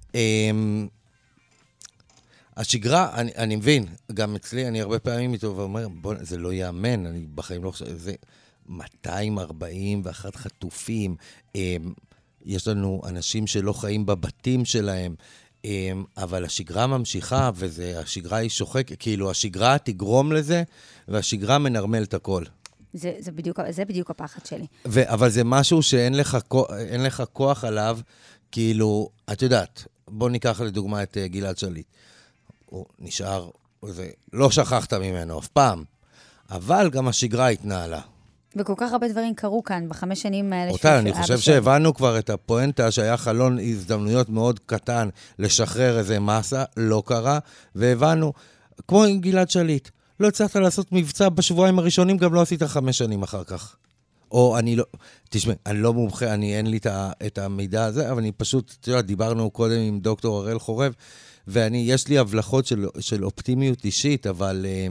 השגרה, אני, אני מבין, גם אצלי, אני הרבה פעמים איתו ואומר, בוא, זה לא יאמן, אני בחיים לא חושב, זה מאתיים ארבעים ואחת חטופים, יש לנו אנשים שלא חיים בבתים שלהם, אבל השגרה ממשיכה, והשגרה היא שוחק, כאילו השגרה תגרום לזה, והשגרה מנרמל את הכל. זה, זה, בדיוק, זה בדיוק הפחד שלי. ו, אבל זה משהו שאין לך, אין לך כוח עליו, כאילו, את יודעת, בוא ניקח לדוגמה את uh, גלעד שליט. הוא נשאר, זה, לא שכחת ממנו אף פעם, אבל גם השגרה התנהלה. וכל כך הרבה דברים קרו כאן בחמש שנים האלה. אותה, אני חושב שהבנו כבר את הפואנטה שהיה חלון הזדמנויות מאוד קטן לשחרר איזה מסה, לא קרה, והבנו, כמו עם גלעד שליט, לא הצלחת לעשות מבצע בשבועיים הראשונים, גם לא עשית חמש שנים אחר כך. או אני לא, תשמע, אני לא מומחה, אני אין לי את המידע הזה, אבל אני פשוט, תראה, דיברנו קודם עם דוקטור הראל חורב, ואני, יש לי הבלחות של, של אופטימיות אישית, אבל אה,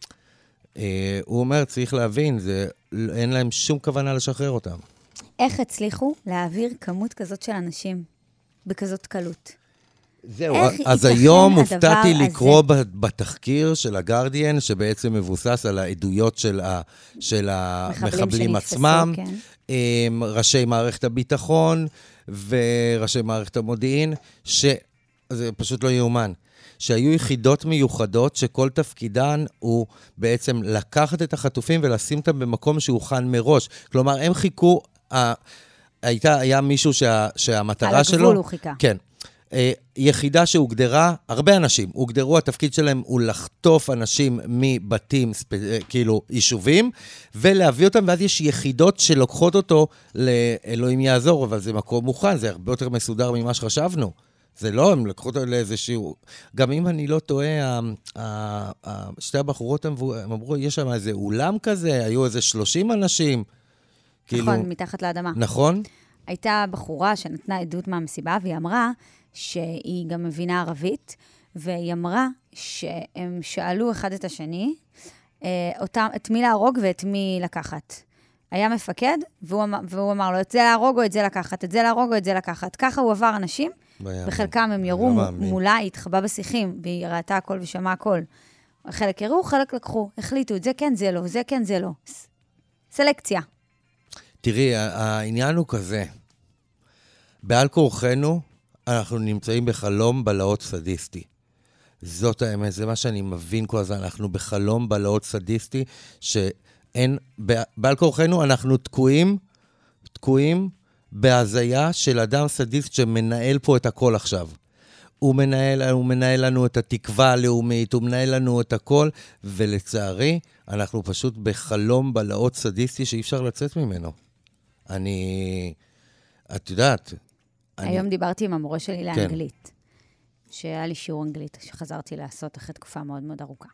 אה, הוא אומר, צריך להבין, זה, אין להם שום כוונה לשחרר אותם. איך הצליחו להעביר כמות כזאת של אנשים בכזאת קלות? זהו, אז היום הופתעתי לקרוא בתחקיר של הגרדיאן, שבעצם מבוסס על העדויות של, ה, של המחבלים עצמם, כן. ראשי מערכת הביטחון וראשי מערכת המודיעין, שזה פשוט לא יאומן, שהיו יחידות מיוחדות שכל תפקידן הוא בעצם לקחת את החטופים ולשים אותם במקום שהוכן מראש. כלומר, הם חיכו, הייתה, היה מישהו שה, שהמטרה שלו... על הגבול הוא חיכה. כן. יחידה שהוגדרה, הרבה אנשים, הוגדרו, התפקיד שלהם הוא לחטוף אנשים מבתים, כאילו, יישובים, ולהביא אותם, ואז יש יחידות שלוקחות אותו לאלוהים יעזור, אבל זה מקום מוכן, זה הרבה יותר מסודר ממה שחשבנו. זה לא, הם לקחו אותו לאיזשהו... גם אם אני לא טועה, שתי הבחורות הם אמרו, יש שם איזה אולם כזה, היו איזה שלושים אנשים. נכון, מתחת לאדמה. נכון? הייתה בחורה שנתנה עדות מהמסיבה, והיא אמרה שהיא גם מבינה ערבית, והיא אמרה שהם שאלו אחד את השני, אותם, את מי להרוג ואת מי לקחת. היה מפקד, והוא אמר, והוא אמר לו, את זה להרוג או את זה לקחת, את זה להרוג או את זה לקחת. ככה הוא עבר אנשים, וחלקם הם ירו מולה, היא התחבא בשיחים, והיא ראתה הכל ושמעה הכל. חלק ירו, חלק לקחו, החליטו, את זה כן, זה לא, זה כן, זה לא. סלקציה. תראי, העניין הוא כזה. בעל כורחנו, אנחנו נמצאים בחלום בלהות סדיסטי. זאת האמת, זה מה שאני מבין כל הזמן, אנחנו בחלום בלהות סדיסטי, שאין, בעל כורחנו אנחנו תקועים, תקועים בהזיה של אדם סדיסט שמנהל פה את הכל עכשיו. הוא מנהל, הוא מנהל לנו את התקווה הלאומית, הוא מנהל לנו את הכל, ולצערי, אנחנו פשוט בחלום בלהות סדיסטי שאי אפשר לצאת ממנו. אני, את יודעת... היום אני... דיברתי עם המורה שלי לאנגלית, כן. שהיה לי שיעור אנגלית, שחזרתי לעשות אחרי תקופה מאוד מאוד ארוכה.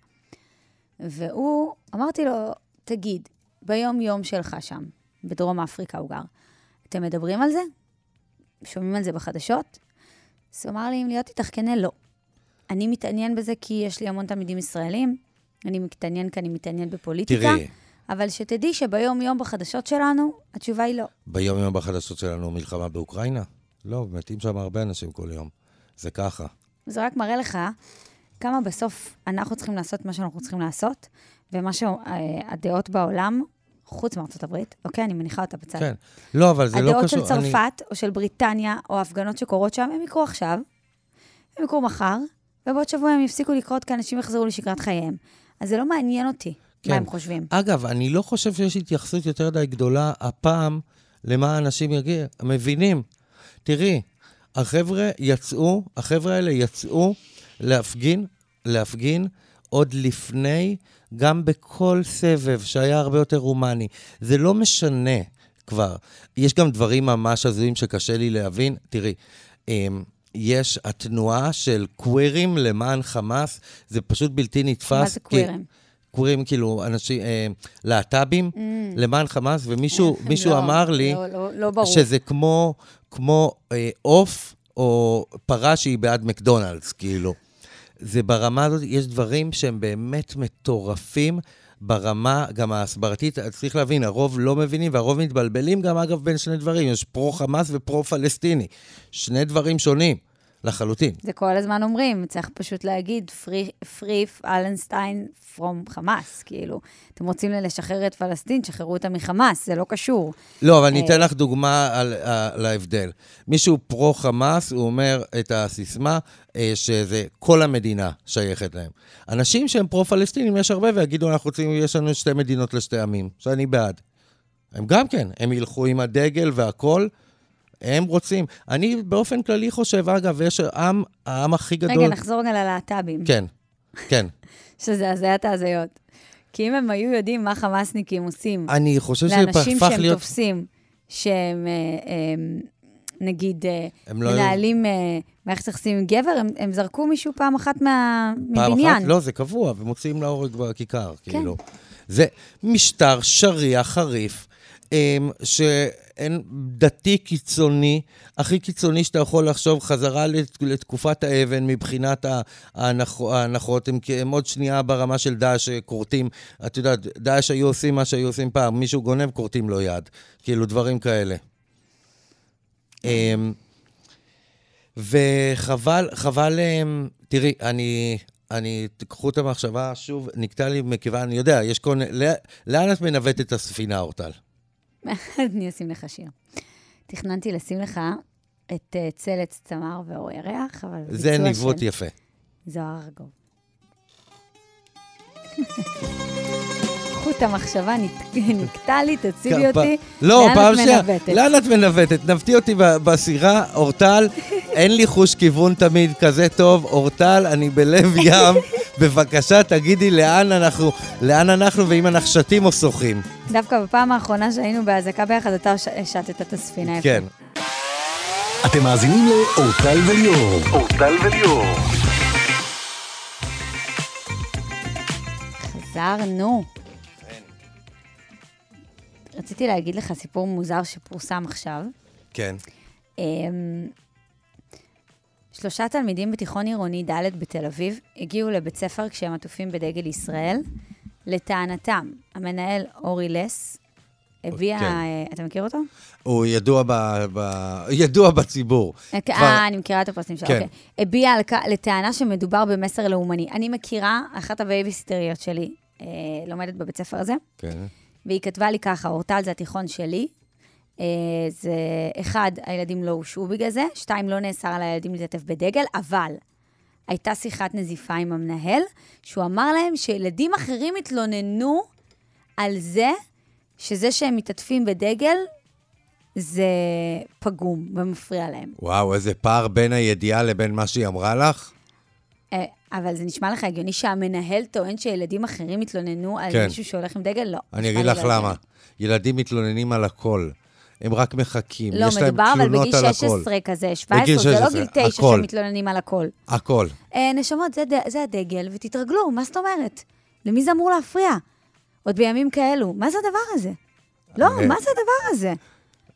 והוא, אמרתי לו, תגיד, ביום יום שלך שם, בדרום אפריקה הוא גר, אתם מדברים על זה? שומעים על זה בחדשות? אז הוא אמר לי, אם להיות איתך כנה, לא. אני מתעניין בזה כי יש לי המון תלמידים ישראלים, אני מתעניין כי אני מתעניין בפוליטיקה. תראי. אבל שתדעי שביום יום בחדשות שלנו, התשובה היא לא. ביום יום בחדשות שלנו מלחמה באוקראינה? לא, מתים שם הרבה אנשים כל יום. זה ככה. זה רק מראה לך כמה בסוף אנחנו צריכים לעשות מה שאנחנו צריכים לעשות, ומה שהדעות בעולם, חוץ מארצות הברית, אוקיי, אני מניחה אותה בצד. כן. לא, אבל זה לא קשור. הדעות של צרפת או של בריטניה, או ההפגנות שקורות שם, הם יקרו עכשיו, הם יקרו מחר, ובעוד שבוע הם יפסיקו לקרות כי אנשים יחזרו לשגרת חייהם. אז זה לא מעניין אותי מה הם חושבים. אגב, אני לא חושב שיש התייחסות יותר די גדולה הפעם למה אנשים יגיע, מבינים. תראי, החבר'ה יצאו, החבר'ה האלה יצאו להפגין, להפגין עוד לפני, גם בכל סבב שהיה הרבה יותר רומני. זה לא משנה כבר. יש גם דברים ממש הזויים שקשה לי להבין. תראי, יש התנועה של קווירים למען חמאס, זה פשוט בלתי נתפס. מה זה קווירים? קווירים כאילו אנשים, אה, להט"בים, mm. למען חמאס, ומישהו מישהו לא, אמר לי, לא, לא, לא ברור. שזה כמו, כמו אה, אוף, או פרה שהיא בעד מקדונלדס, כאילו. זה ברמה הזאת, יש דברים שהם באמת מטורפים, ברמה, גם ההסברתית, צריך להבין, הרוב לא מבינים, והרוב מתבלבלים גם אגב בין שני דברים, יש פרו-חמאס ופרו-פלסטיני, שני דברים שונים. לחלוטין. זה כל הזמן אומרים, צריך פשוט להגיד, פרי פלסטיין פרום חמאס, כאילו, אתם רוצים לשחרר את פלסטין, שחררו אותה מחמאס, זה לא קשור. לא, אבל אני אתן לך דוגמה על, על ההבדל. מישהו פרו-חמאס, הוא אומר את הסיסמה, שזה כל המדינה שייכת להם. אנשים שהם פרו-פלסטינים, יש הרבה, ויגידו, אנחנו רוצים, יש לנו שתי מדינות לשתי עמים, שאני בעד. הם גם כן, הם ילכו עם הדגל והכל, הם רוצים. אני באופן כללי חושב, אגב, יש העם, העם הכי גדול... רגע, נחזור רגע ללהט"בים. כן, כן. שזה הזיית ההזיות. כי אם הם היו יודעים מה חמאסניקים עושים... אני חושב שזה הפך להיות... לאנשים שהם תופסים, שהם, נגיד, מנהלים מערכת יחסים עם גבר, הם זרקו מישהו פעם אחת מבניין. פעם אחת? לא, זה קבוע, ומוציאים להורג בכיכר, כאילו. זה משטר שריע חריף, שאין דתי קיצוני, הכי קיצוני שאתה יכול לחשוב, חזרה לתקופת האבן מבחינת ההנחות, הם, הם עוד שנייה ברמה של דאעש שקורטים, את יודעת, דאעש היו עושים מה שהיו עושים פעם, מישהו גונב, קורטים לו יד, כאילו דברים כאלה. וחבל, חבל, תראי, אני... אני, תקחו את המחשבה, שוב, נקטע לי מכיוון, אני יודע, יש כל... לאן את מנווט את הספינה, אורטל? אני אשים לך שיר. תכננתי לשים לך את uh, צלץ, צמר ואור ירח, אבל... זה ניווט יפה. זוהר ארגוב. חוט המחשבה נקטע לי, תציבי אותי. לא, פעם שנייה. לאן את מנווטת? נבטי אותי בסירה, אורטל, אין לי חוש כיוון תמיד כזה טוב. אורטל, אני בלב ים. בבקשה, תגידי לאן אנחנו, לאן אנחנו ואם אנחנו שתים או שוחים. דווקא בפעם האחרונה שהיינו בהזקה ביחד, אתה שתת את הספינה. כן. אתם מאזינים לאורטל וליאור. אורטל וליאור. חזרנו. רציתי להגיד לך סיפור מוזר שפורסם עכשיו. כן. שלושה תלמידים בתיכון עירוני ד' בתל אביב הגיעו לבית ספר כשהם עטופים בדגל ישראל. לטענתם, המנהל אורי לס הביע, אתה מכיר אותו? הוא ידוע ידוע בציבור. אה, אני מכירה את הפרסים שלו. הביע לטענה שמדובר במסר לאומני. אני מכירה, אחת הבייביסיטריות שלי לומדת בבית ספר הזה. כן. והיא כתבה לי ככה, אורטל זה התיכון שלי, זה אחד, הילדים לא הושעו בגלל זה, שתיים, לא נאסר על הילדים להתעטף בדגל, אבל הייתה שיחת נזיפה עם המנהל, שהוא אמר להם שילדים אחרים התלוננו על זה, שזה שהם מתעטפים בדגל, זה פגום ומפריע להם. וואו, איזה פער בין הידיעה לבין מה שהיא אמרה לך? אבל זה נשמע לך הגיוני שהמנהל טוען שילדים אחרים מתלוננו על מישהו שהולך עם דגל? לא. אני אגיד לך למה. ילדים מתלוננים על הכל. הם רק מחכים. לא, מדובר אבל בגיל שש עשרה כזה, שבע עשרה, זה לא גיל תשע שמתלוננים על הכל. הכל. נשמות, זה הדגל, ותתרגלו, מה זאת אומרת? למי זה אמור להפריע? עוד בימים כאלו. מה זה הדבר הזה? לא, מה זה הדבר הזה?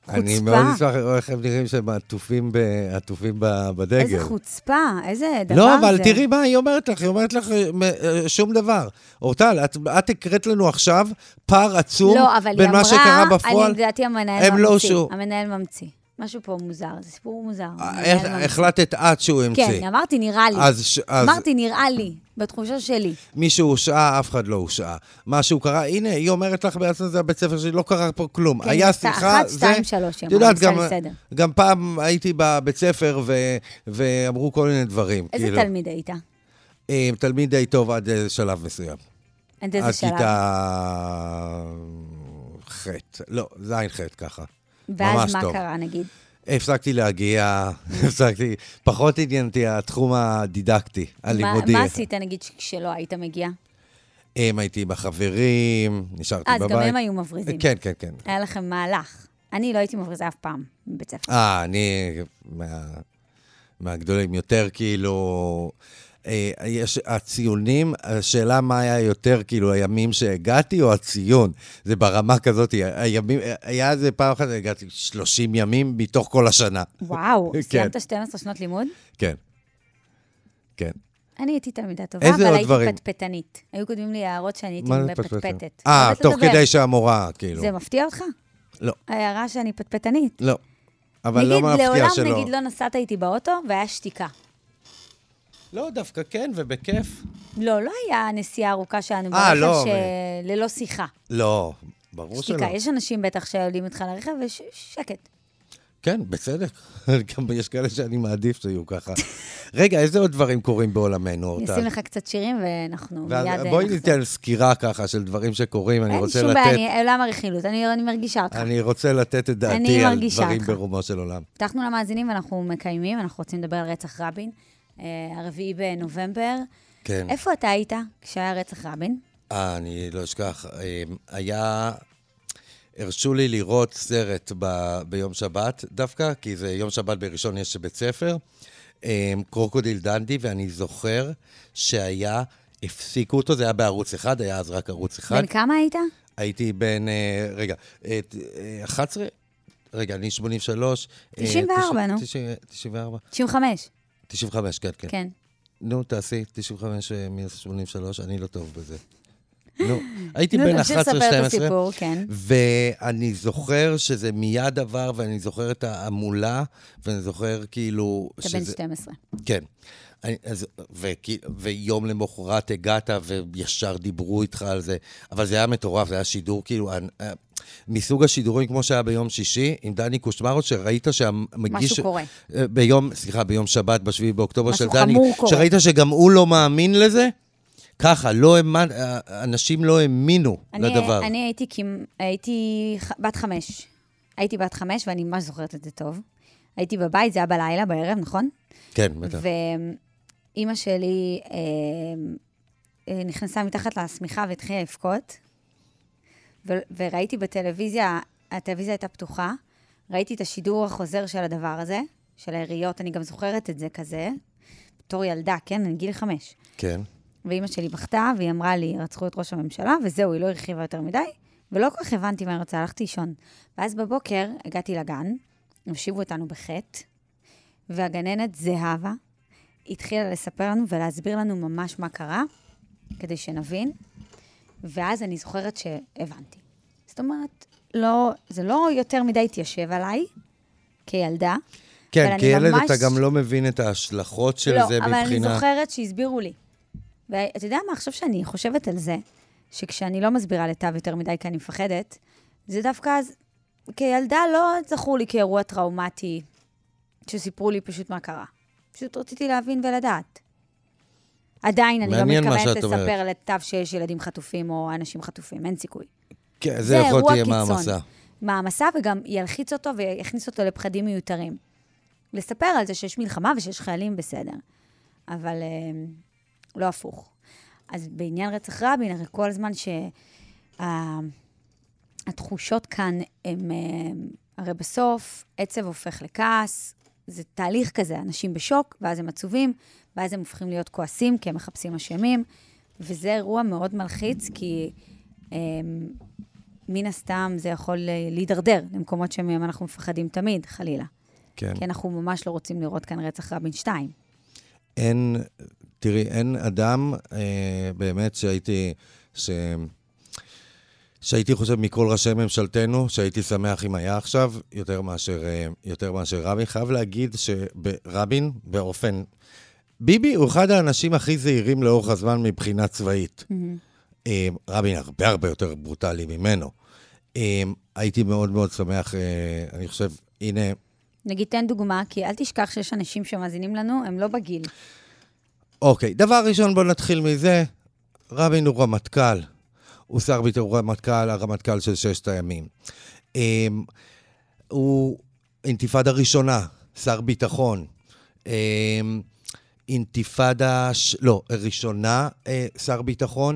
אני מאוד אשמח איך הם נראים שהם עטופים בדגל. איזה חוצפה, איזה דבר זה. לא, אבל תראי מה היא אומרת לך, היא אומרת לך שום דבר. אורטל, את הקראת לנו עכשיו פער עצום בין מה שקרה בפועל. לא, אבל היא אמרה, אני לדעתי המנהל ממציא. המנהל ממציא. משהו פה מוזר, זה סיפור מוזר. החלטת את שהוא המציא. כן, אמרתי נראה לי. אמרתי נראה לי, בתחושה שלי. מישהו הושעה, אף אחד לא הושעה. משהו קרה, הנה, היא אומרת לך בעצם, זה הבית ספר שלי, לא קרה פה כלום. היה שיחה, אחת, שתיים, שלוש, את יודעת, גם פעם הייתי בבית ספר ואמרו כל מיני דברים. איזה תלמיד היית? תלמיד די טוב עד שלב מסוים. עד איזה שלב? עד כיתה ח', לא, זין ח' ככה. ואז מה קרה, נגיד? הפסקתי להגיע, הפסקתי, פחות עניינתי התחום הדידקטי, הלימודי. מה עשית, נגיד, כשלא היית מגיע? הם הייתי עם החברים, נשארתי בבית. אז גם הם היו מבריזים. כן, כן, כן. היה לכם מהלך. אני לא הייתי מבריזה אף פעם בבית ספר. אה, אני מהגדולים יותר, כאילו... יש הציונים, השאלה מה היה יותר, כאילו, הימים שהגעתי או הציון, זה ברמה כזאת, הימים, היה איזה פעם אחת, הגעתי שלושים ימים מתוך כל השנה. וואו, סיימת שתים עשרה שנות לימוד? כן, כן. אני הייתי תלמידה טובה, אבל הייתי פטפטנית. היו קודמים לי הערות שאני הייתי מפטפטת. אה, תוך כדי שהמורה, כאילו. זה מפתיע אותך? לא. ההערה שאני פטפטנית? לא, אבל לא מפתיע שלא. לעולם, נגיד, לא נסעת איתי באוטו, והיה שתיקה. לא, דווקא כן, ובכיף. לא, לא היה נסיעה ארוכה שלנו ברכב לא, ללא שיחה. לא, ברור שלא. שתיקה, יש אנשים בטח שעולים איתך לרכב ושקט. כן, בצדק. גם יש כאלה שאני מעדיף שיהיו ככה. רגע, איזה עוד דברים קורים בעולמנו, אורטל? נשים לך קצת שירים ואנחנו מיד... בואי ניתן סקירה ככה של דברים שקורים, אני רוצה לתת... אין שום בעיה, עולם הרכילות, אני מרגישה אותך. אני רוצה לתת את דעתי על דברים ברומו של עולם. פתחנו למאזינים ואנחנו מקיימים, אנחנו רוצים לדבר על רצח רבין. הרביעי בנובמבר. כן. איפה אתה היית כשהיה רצח רבין? אה, אני לא אשכח. היה... הרשו לי לראות סרט ב... ביום שבת, דווקא, כי זה יום שבת בראשון יש בית ספר, קרוקודיל דנדי, ואני זוכר שהיה, הפסיקו אותו, זה היה בערוץ אחד, היה אז רק ערוץ אחד. בן כמה היית? הייתי בין, רגע, אחת עשרה, רגע, אני שמונים ושלוש. תשעים וארבע, נו. תשעים וארבע. תשעים וחמש. תשעים וחמש, כן, כן. כן. נו, תעשי, תשעים וחמש מינוס שמונים ושלוש, אני לא טוב בזה. נו, הייתי בין אחת עשרה שתים עשרה, ואני זוכר שזה מיד עבר, ואני זוכר את העמולה, ואני זוכר כאילו... אתה בן שתים עשרה. כן. ויום למחרת הגעת, וישר דיברו איתך על זה, אבל זה היה מטורף, זה היה שידור כאילו... מסוג השידורים כמו שהיה ביום שישי, עם דני קושמרו, שראית שהמגיש... משהו קורה. ביום, סליחה, ביום שבת, בשביעי באוקטובר של דני, שראית שגם הוא לא מאמין לזה, ככה, לא האמין, אנשים לא האמינו לדבר. אני הייתי, הייתי בת חמש. הייתי בת חמש, ואני ממש זוכרת את זה טוב. הייתי בבית, זה היה בלילה, בערב, נכון? כן, בטח. ואימא שלי אה, נכנסה מתחת לשמיכה והתחילה לבכות, וראיתי בטלוויזיה, הטלוויזיה הייתה פתוחה, ראיתי את השידור החוזר של הדבר הזה, של העיריות, אני גם זוכרת את זה כזה, בתור ילדה, כן? אני גיל חמש. כן. ואמא שלי בכתה, והיא אמרה לי, רצחו את ראש הממשלה, וזהו, היא לא הרחיבה יותר מדי, ולא כל כך הבנתי מה היא רוצה, הלכתי לישון. ואז בבוקר הגעתי לגן, הושיבו אותנו בחטא, והגננת זהבה התחילה לספר לנו ולהסביר לנו ממש מה קרה, כדי שנבין, ואז אני זוכרת שהבנתי. זאת אומרת, לא, זה לא יותר מדי התיישב עליי, כילדה. כן, כי ילד ממש... אתה גם לא מבין את ההשלכות של לא, זה מבחינה... לא, אבל אני זוכרת שהסבירו לי. ואתה יודע מה, עכשיו שאני חושבת על זה, שכשאני לא מסבירה לתו יותר מדי כי אני מפחדת, זה דווקא אז, כילדה לא זכור לי כאירוע טראומטי, שסיפרו לי פשוט מה קרה. פשוט רציתי להבין ולדעת. עדיין אני לא מתכוונת לספר לתו שיש ילדים חטופים או אנשים חטופים, אין סיכוי. כן, זה יכול תהיה מעמסה. מעמסה וגם ילחיץ אותו ויכניס אותו לפחדים מיותרים. לספר על זה שיש מלחמה ושיש חיילים בסדר. אבל לא הפוך. אז בעניין רצח רבין, הרי כל הזמן שהתחושות כאן הם, הרי בסוף עצב הופך לכעס, זה תהליך כזה, אנשים בשוק, ואז הם עצובים, ואז הם הופכים להיות כועסים, כי הם מחפשים אשמים, וזה אירוע מאוד מלחיץ, כי הם, מן הסתם זה יכול להידרדר למקומות שמהם אנחנו מפחדים תמיד, חלילה. כן. כי אנחנו ממש לא רוצים לראות כאן רצח רבין שתיים. אין, תראי, אין אדם אה, באמת שהייתי, ש... שהייתי חושב מכל ראשי ממשלתנו, שהייתי שמח אם היה עכשיו, יותר מאשר, יותר מאשר רבין. חייב להגיד שרבין, באופן... ביבי הוא אחד האנשים הכי זהירים לאורך הזמן מבחינה צבאית. Mm-hmm. רבין הרבה הרבה יותר ברוטלי ממנו. הייתי מאוד מאוד שמח, אני חושב, הנה... נגיד, תן דוגמה, כי אל תשכח שיש אנשים שמאזינים לנו, הם לא בגיל. אוקיי, דבר ראשון, בוא נתחיל מזה. רבין הוא רמטכ"ל. הוא שר ביטחון רמטכ"ל, הרמטכ"ל של ששת הימים. הוא אינתיפאדה ראשונה, שר ביטחון. אינתיפאדה, לא, ראשונה, שר ביטחון.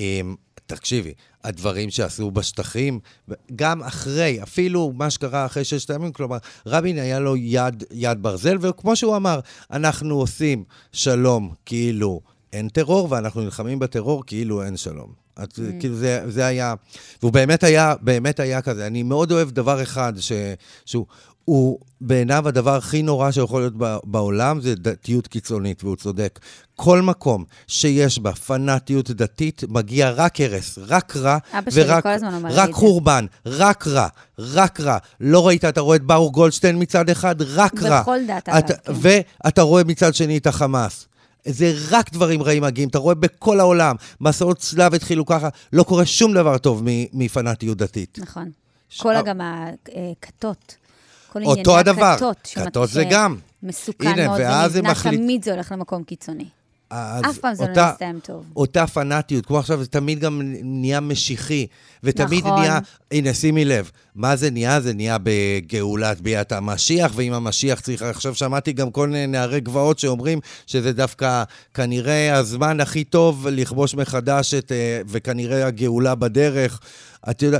תקשיבי, הדברים שעשו בשטחים, גם אחרי, אפילו מה שקרה אחרי ששת הימים, כלומר, רבין היה לו יד, יד ברזל, וכמו שהוא אמר, אנחנו עושים שלום כאילו אין טרור, ואנחנו נלחמים בטרור כאילו אין שלום. את, mm. כאילו זה, זה היה, והוא באמת היה, באמת היה כזה. אני מאוד אוהב דבר אחד, ש, שהוא הוא, בעיניו הדבר הכי נורא שיכול להיות בעולם, זה דתיות קיצונית, והוא צודק. כל מקום שיש בה פנאטיות דתית, מגיע רק הרס, רק רע, ורק רק חורבן, רק רע, רק רע. לא ראית, אתה רואה את ברוך גולדשטיין מצד אחד, רק רע. בכל דת אגב. כן. ואתה רואה מצד שני את החמאס. זה רק דברים רעים מגיעים, אתה רואה בכל העולם, מסעות צלב התחילו ככה, לא קורה שום דבר טוב מפנאטיות דתית. נכון. כל גם הכתות, כל אותו ענייני הדבר, הכתות, כתות זה גם. מסוכן מאוד, ונבנה תמיד זה הולך למקום קיצוני. אף פעם זה לא נסתיים טוב. אותה פנאטיות, כמו עכשיו, זה תמיד גם נהיה משיחי, ותמיד נהיה, הנה, שימי לב, מה זה נהיה? זה נהיה בגאולת ביאת המשיח, ואם המשיח צריך, עכשיו שמעתי גם כל נערי גבעות שאומרים שזה דווקא כנראה הזמן הכי טוב לכבוש מחדש, את, וכנראה הגאולה בדרך. אתה יודע,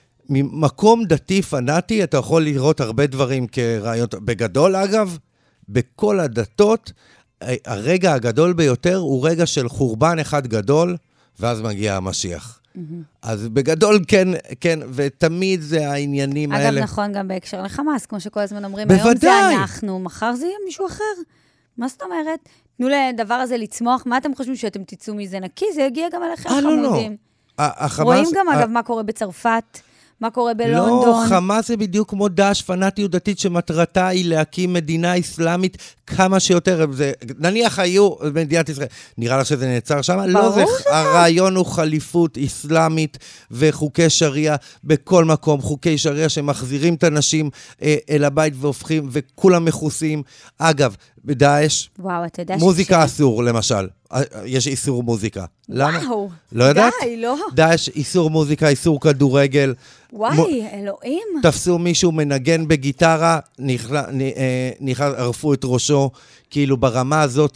ממקום דתי פנאטי, אתה יכול לראות הרבה דברים כרעיונות. בגדול, אגב, בכל הדתות, הרגע הגדול ביותר הוא רגע של חורבן אחד גדול, ואז מגיע המשיח. Mm-hmm. אז בגדול כן, כן, ותמיד זה העניינים אגב, האלה. אגב, נכון גם בהקשר לחמאס, כמו שכל הזמן אומרים, בוודאי. היום זה אנחנו, מחר זה יהיה מישהו אחר. מה זאת אומרת? תנו לדבר הזה לצמוח, מה אתם חושבים שאתם תצאו מזה נקי? זה יגיע גם אליכם חמודים. לא, לא. החמאס, רואים גם, ה... אגב, מה קורה בצרפת, מה קורה בלונדון. לא, חמאס זה בדיוק כמו דאעש, פנאטיות דתית שמטרתה היא להקים מדינה אסלאמית כמה שיותר. זה, נניח היו במדינת ישראל, נראה לך שזה נעצר שם? לא, זה, הרעיון הוא חליפות אסלאמית וחוקי שריעה בכל מקום, חוקי שריעה שמחזירים את האנשים אה, אל הבית והופכים, וכולם מחוסים. אגב, בדאעש, וואו, אתה יודע מוזיקה ש... אסור, למשל. יש איסור מוזיקה. למה? וואו, לא יודעת? די, לא. דאעש, איסור מוזיקה, איסור כדורגל. וואי, מ... אלוהים. תפסו מישהו מנגן בגיטרה, נכנס, נכנס, ערפו את ראשו, כאילו ברמה הזאת.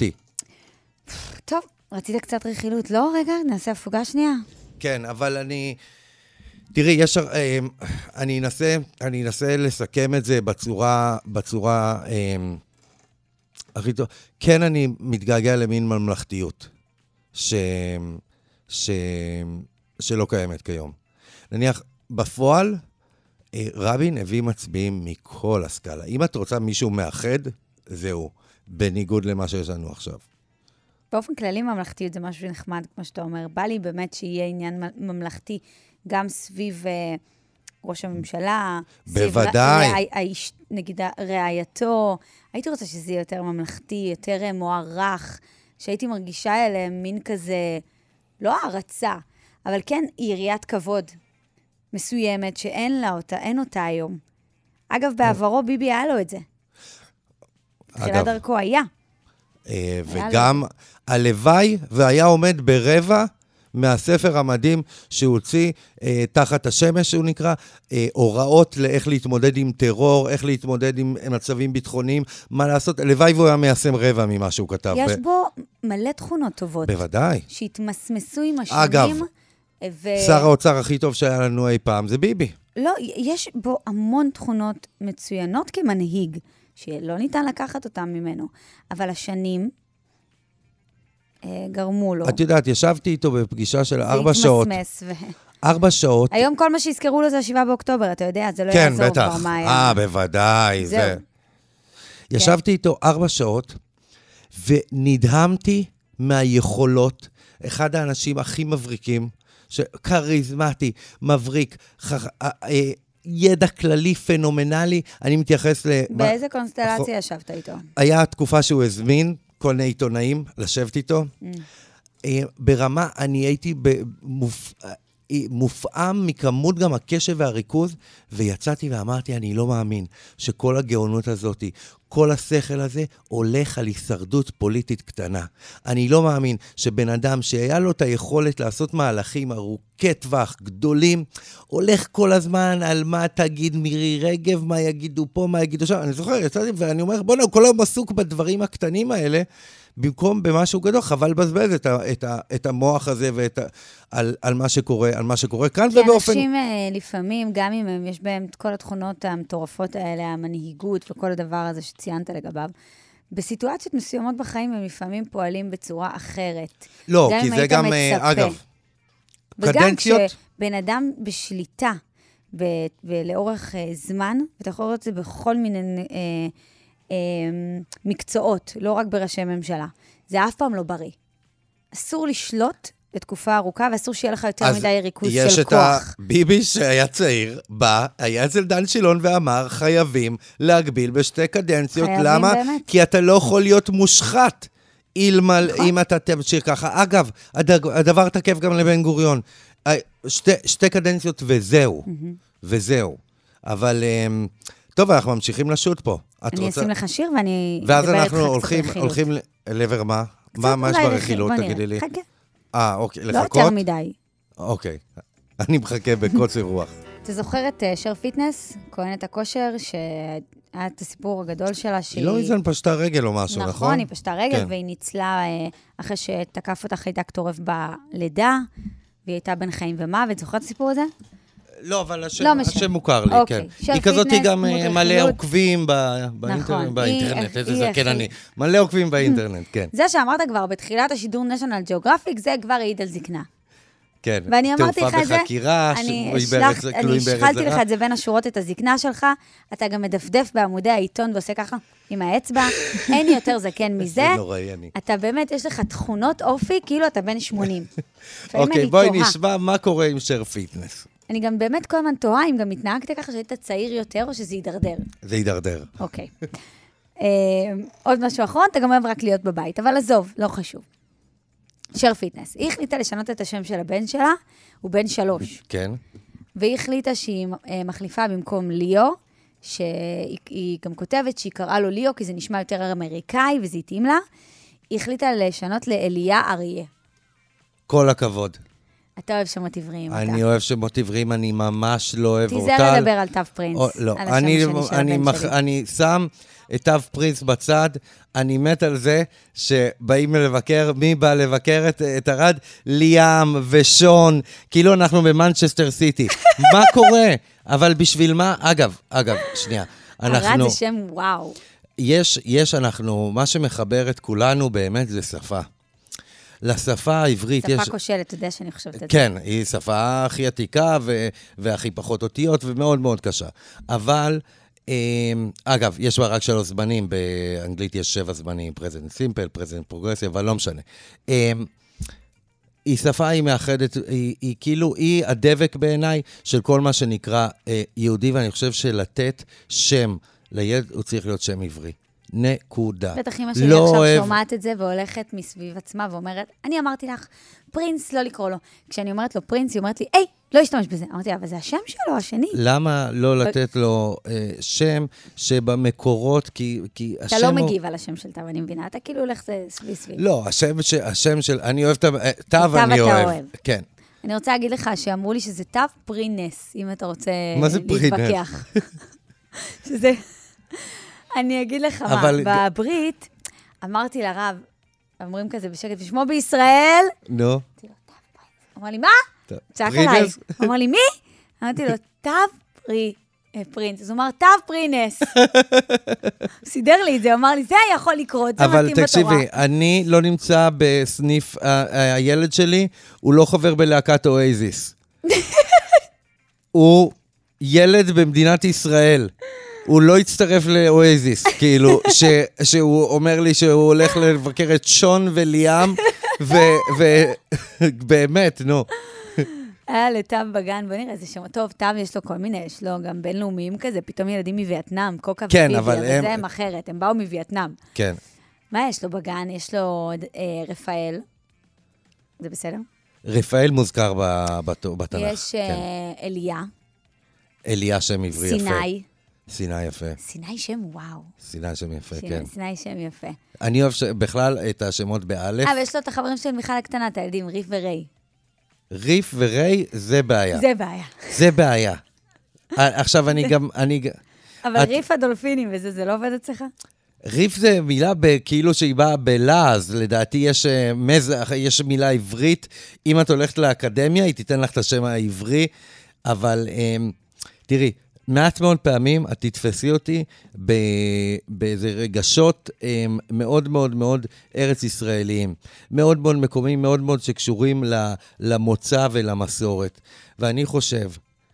טוב, רצית קצת רכילות, לא? רגע, נעשה הפוגה שנייה. כן, אבל אני... תראי, יש... אני אנסה, אני אנסה לסכם את זה בצורה... בצורה... הכי טוב. כן, אני מתגעגע למין ממלכתיות, ש... ש... שלא קיימת כיום. נניח, בפועל, רבין הביא מצביעים מכל הסקאלה. אם את רוצה מישהו מאחד, זהו, בניגוד למה שיש לנו עכשיו. באופן כללי, ממלכתיות זה משהו נחמד, כמו שאתה אומר. בא לי באמת שיהיה עניין ממלכתי, גם סביב uh, ראש הממשלה, בוודאי. סביב רע... נגיד רעייתו. הייתי רוצה שזה יהיה יותר ממלכתי, יותר מוערך, שהייתי מרגישה אליהם מין כזה, לא הערצה, אבל כן יריית כבוד מסוימת שאין לה אותה, אין אותה היום. אגב, בעברו ביבי היה לו את זה. תחילת דרכו היה. וגם הלוואי והיה עומד ברבע מהספר המדהים שהוציא אה, תחת השמש, שהוא נקרא, אה, הוראות לאיך להתמודד עם טרור, איך להתמודד עם מצבים ביטחוניים, מה לעשות, הלוואי והוא היה מיישם רבע ממה שהוא כתב. יש ב... בו מלא תכונות טובות. בוודאי. שהתמסמסו עם השנים. אגב, ו... שר האוצר הכי טוב שהיה לנו אי פעם זה ביבי. לא, יש בו המון תכונות מצוינות כמנהיג, שלא ניתן לקחת אותם ממנו, אבל השנים... גרמו לו. את יודעת, ישבתי איתו בפגישה של ארבע שעות. זה התמסמס. ארבע שעות. היום כל מה שיזכרו לו זה השבעה באוקטובר, אתה יודע, זה לא כן, יעזור בטח. כבר מה היה. אה, בוודאי. זהו. זה. ישבתי איתו ארבע שעות, ונדהמתי מהיכולות. אחד האנשים הכי מבריקים, כריזמטי, מבריק, חכ... ידע כללי פנומנלי. אני מתייחס ל... באיזה קונסטלציה ישבת איתו? היה תקופה שהוא הזמין כל מיני עיתונאים לשבת איתו. ברמה, אני הייתי במופ... מופעם מכמות גם הקשב והריכוז, ויצאתי ואמרתי, אני לא מאמין שכל הגאונות הזאת, כל השכל הזה, הולך על הישרדות פוליטית קטנה. אני לא מאמין שבן אדם שהיה לו את היכולת לעשות מהלכים ארוכי טווח, גדולים, הולך כל הזמן על מה תגיד מירי רגב, מה יגידו פה, מה יגידו שם. אני זוכר, יצאתי ואני אומר, בוא נו, כל היום עסוק בדברים הקטנים האלה, במקום במשהו גדול, חבל בזבז את, ה, את, ה, את המוח הזה ואת ה, על, על מה שקורה, על מה שקורה כאן ובאופן... כי אנשים לפעמים, גם אם הם, יש בהם את כל התכונות המטורפות האלה, המנהיגות וכל הדבר הזה שציינת לגביו, בסיטואציות מסוימות בחיים הם לפעמים פועלים בצורה אחרת. לא, כי זה גם, מצפה. אגב, וגם קדנציות... כשבן אדם בשליטה ב, ולאורך זמן, ואתה יכול לראות את זה בכל מיני... אה, מקצועות, לא רק בראשי ממשלה. זה אף פעם לא בריא. אסור לשלוט בתקופה ארוכה, ואסור שיהיה לך יותר מדי ריכוז של כוח. אז יש את הביבי שהיה צעיר, בא, היה אצל דן שילון ואמר, חייבים להגביל בשתי קדנציות. למה? באמת. כי אתה לא יכול להיות מושחת, אילמל, נכון. אם אתה תמשיך ככה. אגב, הדבר תקף גם לבן גוריון. שתי, שתי קדנציות וזהו. Mm-hmm. וזהו. אבל... טוב, אנחנו ממשיכים לשוט פה. אני אשים לך שיר ואני... ואז אנחנו הולכים לעבר מה? מה יש ברכילות, תגידי לי? חכה. אה, אוקיי, לחכות? לא יותר מדי. אוקיי, אני מחכה בקוצר רוח. אתה זוכר את שר פיטנס, כהנת הכושר, שהיה את הסיפור הגדול שלה שהיא... היא לא מזמן פשטה רגל או משהו, נכון? נכון, היא פשטה רגל והיא ניצלה אחרי שתקף אותה חיידק טורף בלידה, והיא הייתה בין חיים ומוות. זוכר את הסיפור הזה? לא, אבל השם מוכר לי, כן. היא כזאת גם מלא עוקבים באינטרנט, איזה זקן אני. מלא עוקבים באינטרנט, כן. זה שאמרת כבר בתחילת השידור נשיונל ג'אוגרפיק, זה כבר העיד על זקנה. כן, ואני אמרתי לך את זה, בחקירה, אני השחלתי לך את זה בין השורות את הזקנה שלך, אתה גם מדפדף בעמודי העיתון ועושה ככה עם האצבע, אין יותר זקן מזה. זה נוראי, אני. אתה באמת, יש לך תכונות אופי, כאילו אתה בן שמונים. אוקיי, בואי נשמע מה קורה עם שר פיטנס. אני גם באמת כל הזמן תוהה, אם גם התנהגת ככה שהיית צעיר יותר, או שזה יידרדר. זה יידרדר. אוקיי. עוד משהו אחרון, אתה גם אוהב רק להיות בבית, אבל עזוב, לא חשוב. שר פיטנס. היא החליטה לשנות את השם של הבן שלה, הוא בן שלוש. כן. והיא החליטה שהיא מחליפה במקום ליאו, שהיא גם כותבת שהיא קראה לו ליאו, כי זה נשמע יותר אמריקאי, וזה התאים לה. היא החליטה לשנות לאליה אריה. כל הכבוד. אתה אוהב שמות עבריים. אני אוהב שמות עבריים, אני ממש לא אוהב אותה. תיזהר לדבר על תו פרינס. לא, אני שם את תו פרינס בצד, אני מת על זה שבאים לבקר, מי בא לבקר את הרד? ליאם ושון, כאילו אנחנו במנצ'סטר סיטי. מה קורה? אבל בשביל מה? אגב, אגב, שנייה. הרד זה שם וואו. יש, יש אנחנו, מה שמחבר את כולנו באמת זה שפה. לשפה העברית שפה יש... שפה כושלת, אתה יודע שאני חושבת את זה. כן, היא שפה הכי עתיקה ו... והכי פחות אותיות ומאוד מאוד קשה. אבל, אגב, יש בה רק שלוש זמנים, באנגלית יש שבע זמנים, present simple, present progressive, אבל לא משנה. היא שפה, היא מאחדת, היא, היא כאילו, היא הדבק בעיניי של כל מה שנקרא יהודי, ואני חושב שלתת שם לילד, הוא צריך להיות שם עברי. נקודה. בטח אמא שלי עכשיו שומעת את זה והולכת מסביב עצמה ואומרת, אני אמרתי לך, פרינס לא לקרוא לו. כשאני אומרת לו פרינס, היא אומרת לי, היי, לא השתמש בזה. אמרתי לה, אבל זה השם שלו, השני. למה לא לתת לו שם שבמקורות, כי השם הוא... אתה לא מגיב על השם של תו, אני מבינה, אתה כאילו הולך סביב סביב. לא, השם של, אני אוהב תו, אני אוהב. כן. אני רוצה להגיד לך שאמרו לי שזה תו פרינס, אם אתה רוצה להתווכח. שזה... אני אגיד לך אבל... מה, בברית, אמרתי לרב, אומרים כזה בשקט, ושמו בישראל, נו. אמרתי לו, תו פרינס. אמר לי, מה? צעק עליי. אמר לי, מי? אמרתי לו, תו פרינס. אז הוא אמר, תו פרינס. סידר לי את זה, הוא אמר לי, זה יכול לקרות, זה מתאים בתורה. אבל תקשיבי, אני לא נמצא בסניף, הילד שלי, הוא לא חבר בלהקת אוייזיס. הוא ילד במדינת ישראל. הוא לא הצטרף לאוייזיס, כאילו, ש, שהוא אומר לי שהוא הולך לבקר את שון וליאם, ובאמת, נו. היה לטב בגן, בוא נראה, זה שם טוב, טב יש לו כל מיני, יש לו גם בינלאומיים כזה, פתאום ילדים מווייטנאם, קוקה כן, וביבי, אבל אבל הם... זה הם אחרת, הם באו מווייטנאם. כן. מה יש לו בגן? יש לו אה, רפאל. זה בסדר? רפאל מוזכר בתנ"ך. יש כן. אה, אליה. אליה שם עברי יפה. סיני. סיני יפה. סיני שם וואו. סיני שם יפה, סיני, כן. סיני שם יפה. אני אוהב ש... בכלל את השמות באלף. אה, ויש לו את החברים של מיכל הקטנה, את הילדים, ריף וריי. ריף וריי, זה בעיה. זה בעיה. זה בעיה. עכשיו אני גם... אני... אבל את... ריף הדולפינים וזה, זה לא עובד אצלך? ריף זה מילה כאילו שהיא באה בלעז, לדעתי יש, מזח, יש מילה עברית, אם את הולכת לאקדמיה, היא תיתן לך את השם העברי, אבל תראי, מעט מאוד פעמים את תתפסי אותי באיזה רגשות מאוד מאוד מאוד ארץ ישראליים, מאוד מאוד מקומיים, מאוד מאוד שקשורים למוצא ולמסורת, ואני חושב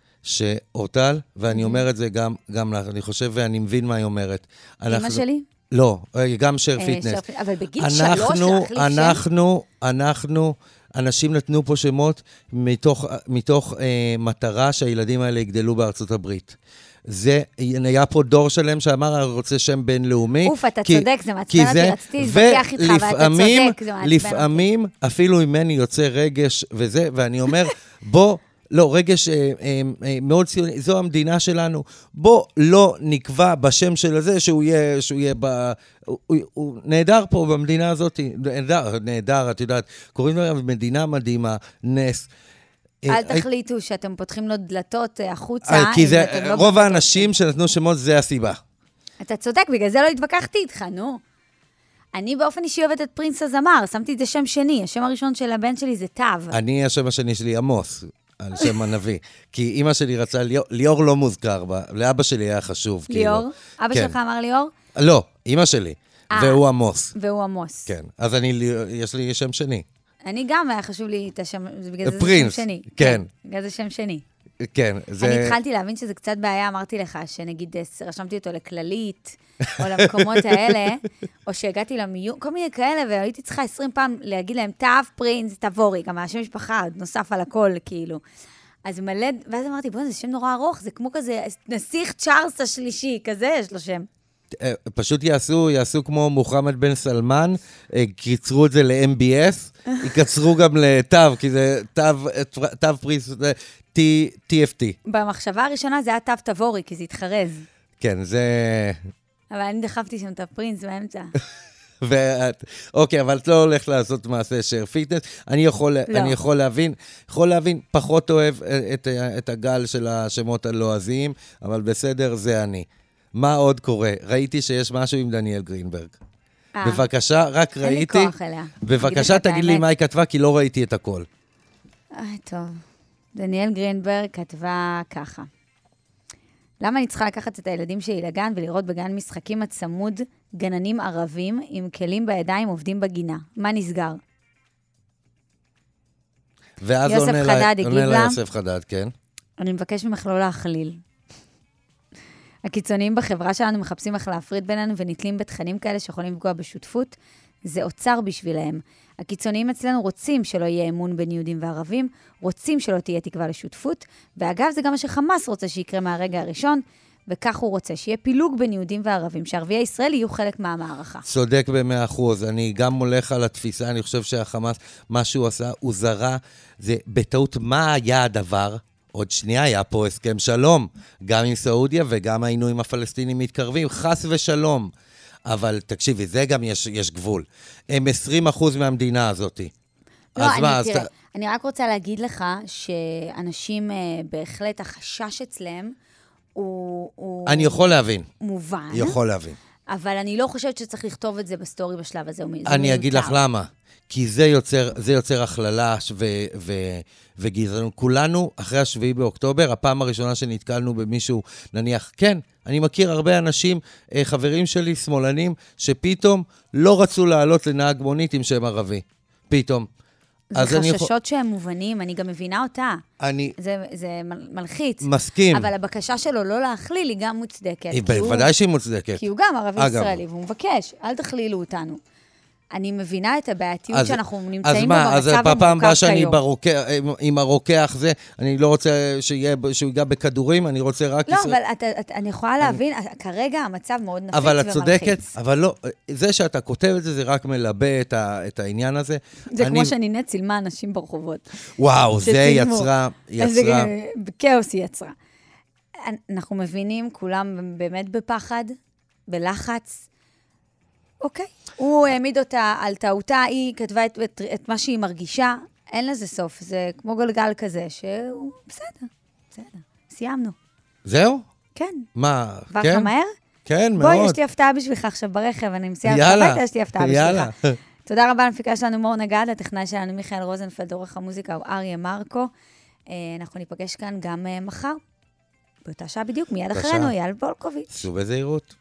שאורטל, ואני אומר את זה גם, גם לך, אני חושב ואני מבין מה היא אומרת. אמא שלי? לא, גם שר פיטנס. אבל בגיל שלוש להחליף שם? אנחנו, אנחנו, אנשים נתנו פה שמות מתוך, מתוך אה, מטרה שהילדים האלה יגדלו בארצות הברית. זה, היה פה דור שלם שאמר, אני רוצה שם בינלאומי. אוף, אתה כי, צודק, זה מעצבן אותי, רציתי להתווכח איתך, ואתה צודק, זה מעצבן אותי. לפעמים, אפילו ממני יוצא רגש וזה, ואני אומר, בוא, לא, רגש אה, אה, אה, מאוד ציוני, זו המדינה שלנו. בוא לא נקבע בשם של זה שהוא יהיה, שהוא יהיה ב... הוא, הוא, הוא נהדר פה במדינה הזאת, נהדר, נהדר, את יודעת, קוראים לו מדינה מדהימה, נס. אל תחליטו שאתם פותחים לו דלתות החוצה. כי זה, רוב האנשים שנתנו שמות, זה הסיבה. אתה צודק, בגלל זה לא התווכחתי איתך, נו. אני באופן אישי אוהבת את פרינס הזמר, שמתי את זה שם שני, השם הראשון של הבן שלי זה תו. אני, השם השני שלי עמוס. על שם הנביא. כי אמא שלי רצה, ליאור, ליאור לא מוזכר בה, לאבא שלי היה חשוב. ליאור? כאילו. אבא כן. שלך אמר ליאור? לא, אמא שלי. 아, והוא עמוס. והוא עמוס. כן, אז אני, יש לי שם שני. אני גם היה חשוב לי את השם, בגלל זה פרינס, זה שם שני. כן. בגלל זה שם שני. כן, זה... אני התחלתי להבין שזה קצת בעיה, אמרתי לך, שנגיד רשמתי אותו לכללית, או למקומות האלה, או שהגעתי למיון, כל מיני כאלה, והייתי צריכה עשרים פעם להגיד להם, תו פרינס, תבורי, גם השם משפחה, נוסף על הכל, כאילו. אז מלא, ואז אמרתי, בואו, זה שם נורא ארוך, זה כמו כזה, נסיך צ'ארלס השלישי, כזה יש לו שם. פשוט יעשו, יעשו כמו מוחמד בן סלמן, קיצרו את זה ל-אם בי אס, יקצרו גם לתו, כי זה תו פריס, טי אף טי. במחשבה הראשונה זה היה תו תבורי, כי זה התחרז. כן, זה... אבל אני דחפתי שם את הפרינס באמצע. ואת, אוקיי, אבל את לא הולכת לעשות מעשה שר פיטנס. אני יכול, לא. אני יכול להבין, יכול להבין, פחות אוהב את, את הגל של השמות הלועזיים, אבל בסדר, זה אני. מה עוד קורה? ראיתי שיש משהו עם דניאל גרינברג. 아, בבקשה, רק ראיתי. אין לי כוח אליה. בבקשה, תגיד לי מה היא כתבה, כי לא ראיתי את הכל. אה, טוב. דניאל גרינברג כתבה ככה. למה אני צריכה לקחת את הילדים שלי לגן ולראות בגן משחקים הצמוד גננים ערבים עם כלים בידיים עובדים בגינה? מה נסגר? ואז יוסף עונה חדד הגיב לה. עונה לה יוסף חדד, כן. אני מבקש ממך לא להכליל. הקיצוניים בחברה שלנו מחפשים איך להפריד בינינו ונתלים בתכנים כאלה שיכולים לפגוע בשותפות. זה אוצר בשבילהם. הקיצוניים אצלנו רוצים שלא יהיה אמון בין יהודים וערבים, רוצים שלא תהיה תקווה לשותפות, ואגב זה גם מה שחמאס רוצה שיקרה מהרגע הראשון, וכך הוא רוצה שיהיה פילוג בין יהודים וערבים, שערביי ישראל יהיו חלק מהמערכה. צודק במאה אחוז, אני גם הולך על התפיסה, אני חושב שהחמאס, מה שהוא עשה, הוא זרה, זה בטעות מה היה הדבר? עוד שנייה היה פה הסכם שלום, גם עם סעודיה וגם היינו עם הפלסטינים מתקרבים, חס ושלום. אבל תקשיבי, זה גם יש, יש גבול. הם עשרים אחוז מהמדינה הזאת. לא, אני, מה, תראה, אז... אני רק רוצה להגיד לך שאנשים, בהחלט החשש אצלם, הוא... הוא אני יכול להבין. מובן. יכול להבין. אבל אני לא חושבת שצריך לכתוב את זה בסטורי בשלב הזה. אני אגיד לך למה. כי זה יוצר, זה יוצר הכללה ו, ו, וגזענות. כולנו, אחרי השביעי באוקטובר, הפעם הראשונה שנתקלנו במישהו, נניח, כן, אני מכיר הרבה אנשים, חברים שלי, שמאלנים, שפתאום לא רצו לעלות לנהג מונית עם שם ערבי. פתאום. זה חששות שהם מובנים, אני גם מבינה אותה. אני... זה, זה מלחיץ. מסכים. אבל הבקשה שלו לא להכליל היא גם מוצדקת. היא בוודאי שהיא מוצדקת. כי הוא גם ערבי ישראלי, והוא מבקש, אל תכלילו אותנו. אני מבינה את הבעייתיות שאנחנו נמצאים בו במצב המורכב כיום. אז פעם הבאה שאני עם הרוקח זה, אני לא רוצה שהוא ייגע בכדורים, אני רוצה רק... לא, אבל אני יכולה להבין, כרגע המצב מאוד נפיץ ומלחיץ. אבל את צודקת, אבל לא, זה שאתה כותב את זה, זה רק מלבה את העניין הזה. זה כמו שנינת צילמה אנשים ברחובות. וואו, זה יצרה, יצרה. כאוס היא יצרה. אנחנו מבינים, כולם באמת בפחד, בלחץ, אוקיי. הוא העמיד אותה על טעותה, היא כתבה את, את, את מה שהיא מרגישה, אין לזה סוף, זה כמו גלגל כזה, שהוא בסדר, בסדר, סיימנו. זהו? כן. מה, כבר כן? לך מהר? כן, מאוד. בואי, יש לי הפתעה בשבילך עכשיו ברכב, אני מסיעה לך הביתה, יש לי הפתעה בשבילך. תודה רבה למפיקה שלנו מור נגד, הטכנאי שלנו מיכאל רוזנפלד, עורך המוזיקה הוא אריה מרקו. אנחנו ניפגש כאן גם מחר, באותה שעה בדיוק, מיד אחרינו, אייל בולקוביץ'. סעו בזהירות.